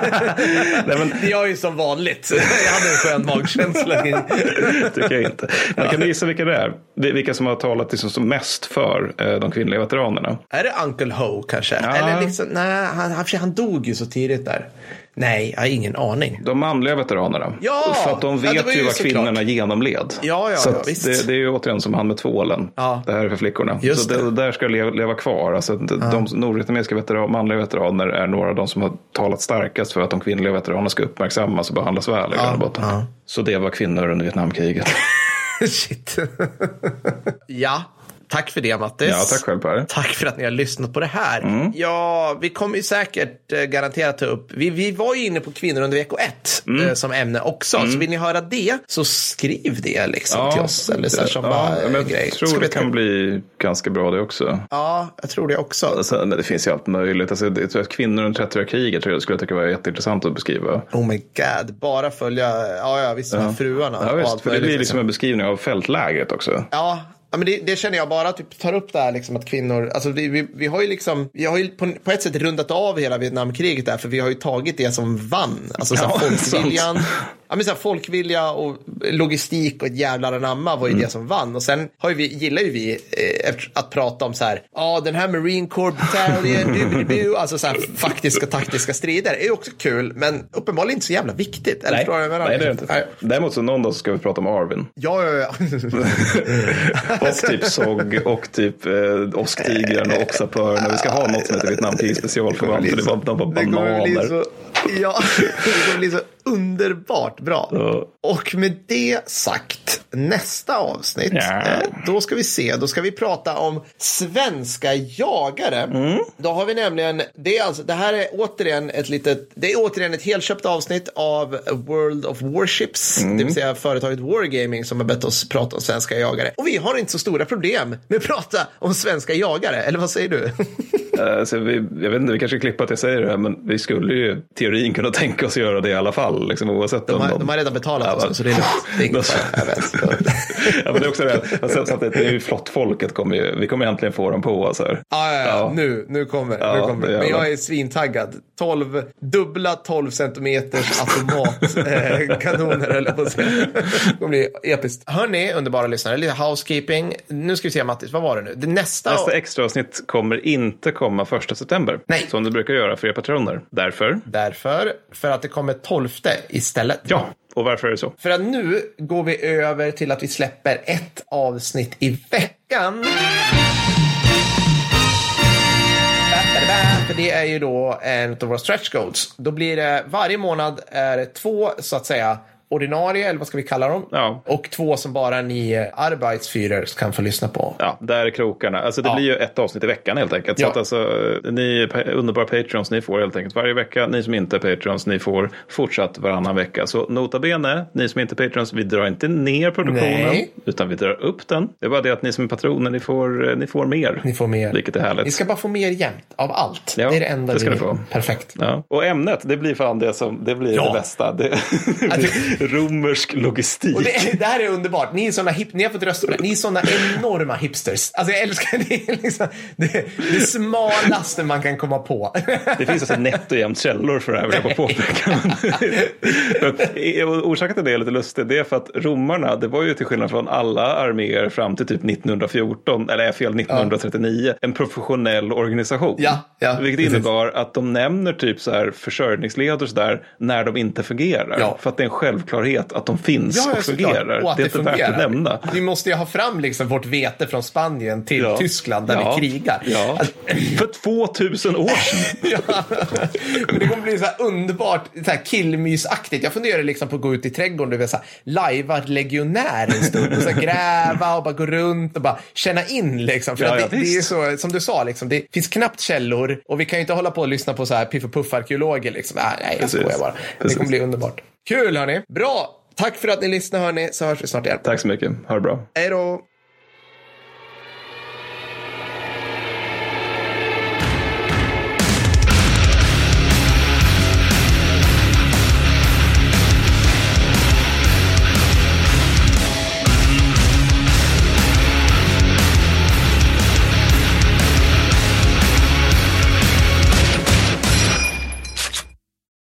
Nej, men... Det är ju som vanligt. Jag hade en skön magkänsla. Tycker jag inte. Man kan gissa vilka det är. Vilka som har talat liksom som mest för eh, de kvinnliga veteranerna. Är det Uncle Ho kanske? Ja. Eller liksom, nej, han, han, han dog ju så tidigt där. Nej, jag har ingen aning. De manliga veteranerna. Ja! För att de vet ja, ju ju vad kvinnorna klart. genomled. Ja, ja, så ja visst. Det, det är ju återigen som han med tvålen. Ja. Det här är för flickorna. Just så det, det. där ska leva, leva kvar. Alltså, ja. De nordvietnamesiska veteran, manliga veteraner är några av de som har talat starkast för att de kvinnliga veteranerna ska uppmärksammas och behandlas väl i grund och botten. Ja. Så det var kvinnor under Vietnamkriget. Shit. Ja. Tack för det, Mattis. Ja, tack själv, Per. Tack för att ni har lyssnat på det här. Mm. Ja, vi kommer ju säkert eh, garanterat ta upp. Vi, vi var ju inne på kvinnor under vecka ett mm. eh, som ämne också. Mm. Så vill ni höra det, så skriv det liksom ja, till oss. Eller så här, som ja, bara, men jag grej. tror Ska det vi kan bli ganska bra det också. Ja, jag tror det också. Alltså, men det finns ju allt möjligt. Alltså, jag tror att kvinnor under trettioåriga kriget tror jag skulle tycka var jätteintressant att beskriva. Oh my god, bara följa, ja, ja visst, de här ja. fruarna. Ja, visst, för det blir liksom liksom en beskrivning av fältläget också. Ja. Ja, men det, det känner jag bara att vi tar upp det här liksom att kvinnor, alltså vi, vi, vi har ju liksom, vi har ju på, på ett sätt rundat av hela Vietnamkriget där, för vi har ju tagit det som vann. Alltså så här, ja, folkviljan, ja, men så här, folkvilja och logistik och ett jävla anamma var ju mm. det som vann. Och sen har ju vi, gillar ju vi eh, att prata om så här, ja ah, den här Marine Corps Battalion, du, du, du, alltså så här faktiska taktiska strider är ju också kul, men uppenbarligen inte så jävla viktigt. Eller nej, jag jag nej, det är inte. Nej. Däremot så någon dag ska vi prata om Arvin. Ja, ja, ja. Och typ S O G och typ eh, Åsktigern och Oxapörerna. Vi ska ha något som heter Vietnamkrig specialförband. Det var, de var bananer. Så, ja, det kommer bli så underbart bra. Ja. Och med det sagt, nästa avsnitt, ja. eh, då ska vi se, då ska vi prata om svenska jagare. Mm. Då har vi nämligen, det är alltså, det här är återigen ett litet, det är återigen ett helköpt avsnitt av World of Warships, mm. det vill säga företaget Wargaming som har bett oss prata om svenska jagare. Och vi har inte så stora problem med att prata om svenska jagare, eller vad säger du? Alltså, vi, jag vet inte, vi kanske klipper att jag säger det här, men vi skulle ju teorin kunna tänka oss göra det i alla fall, liksom, oavsett de har, om de... de har redan betalat ja, också, så det är lugnt. Det är inget fara, jag vet. Ja, men det är också det, alltså, så att det är ju flott folket, kommer ju, vi kommer äntligen få dem på oss här. Ja, ja, ja. ja. Nu, nu kommer det. Ja, nu kommer det. Men jag det. är svintaggad. tolv, dubbla tolv centimeters automatkanoner eh, eller på att säga. Det kommer bli episkt. Hörrni, underbara lyssnare, lite housekeeping. Nu ska vi se, Mattis, vad var det nu? Det nästa nästa extra avsnitt kommer inte komma första september. Nej. Som det brukar göra för er patroner. Därför? Därför, för att det kommer tolfte istället. Ja, och varför är det så? För att nu går vi över till att vi släpper ett avsnitt i veckan. För det är ju då en av våra stretch goals. Då blir det, varje månad är det två, så att säga, ordinarie, eller vad ska vi kalla dem? Ja. Och två som bara ni arbetsfyror kan få lyssna på. Ja, där är krokarna. Alltså det ja. blir ju ett avsnitt i veckan helt enkelt. Ja. Så att alltså, ni underbara patrons, ni får helt enkelt varje vecka. Ni som inte är patrons, ni får fortsatt varannan vecka. Så nota bene, ni som inte är patrons, vi drar inte ner produktionen. Nej. Utan vi drar upp den. Det är bara det att ni som är patroner, ni får, ni får mer. Ni får mer. Vilket är härligt. Ni ska bara få mer jämt av allt. Ja, det är det enda det ska vi... ni få. Perfekt. Ja. Och ämnet, det blir fan det som, det blir ja. det bästa. Det, romersk logistik. Och det, det här är underbart. Ni är såna hip, ni har fått rösta på det. Ni är såna enorma hipsters. Alltså jag älskar det. Liksom, det, det smalaste man kan komma på. Det finns alltså nettojämnt källor för det här, vill jag bara påpeka. Orsaken till det är lite lustigt. Det är för att romarna, det var ju till skillnad från alla arméer fram till typ nittonhundrafjorton, eller fel nittonhundratrettionio, ja. en professionell organisation. Ja, ja, vilket precis. Innebar att de nämner typ så här försörjningsled och så där när de inte fungerar. Ja. För att det är en självklarhet att de finns ja, och fungerar. Och att det är det inte fungerar. värt att nämna. Vi måste ju ha fram liksom vårt vete från Spanien till ja. Tyskland där ja. vi krigar. Ja. Alltså, för tvåtusen år sedan. ja. Men det kommer bli så här underbart, så här killmysaktigt. Jag funderar liksom på att gå ut i trädgården, du vet så här, lajva legionär en stund och så här, gräva och bara gå runt och bara känna in liksom. För ja, att ja, det, det är så, som du sa liksom, det finns knappt källor och vi kan ju inte hålla på och lyssna på så här piff och puff arkeologer liksom. Nej, nej jag skojar bara. Precis. Det kommer bli underbart. Kul hörni. Bra. Tack för att ni lyssnar hörni, så hörs vi snart igen. Tack så mycket. Ha det bra. Hej då.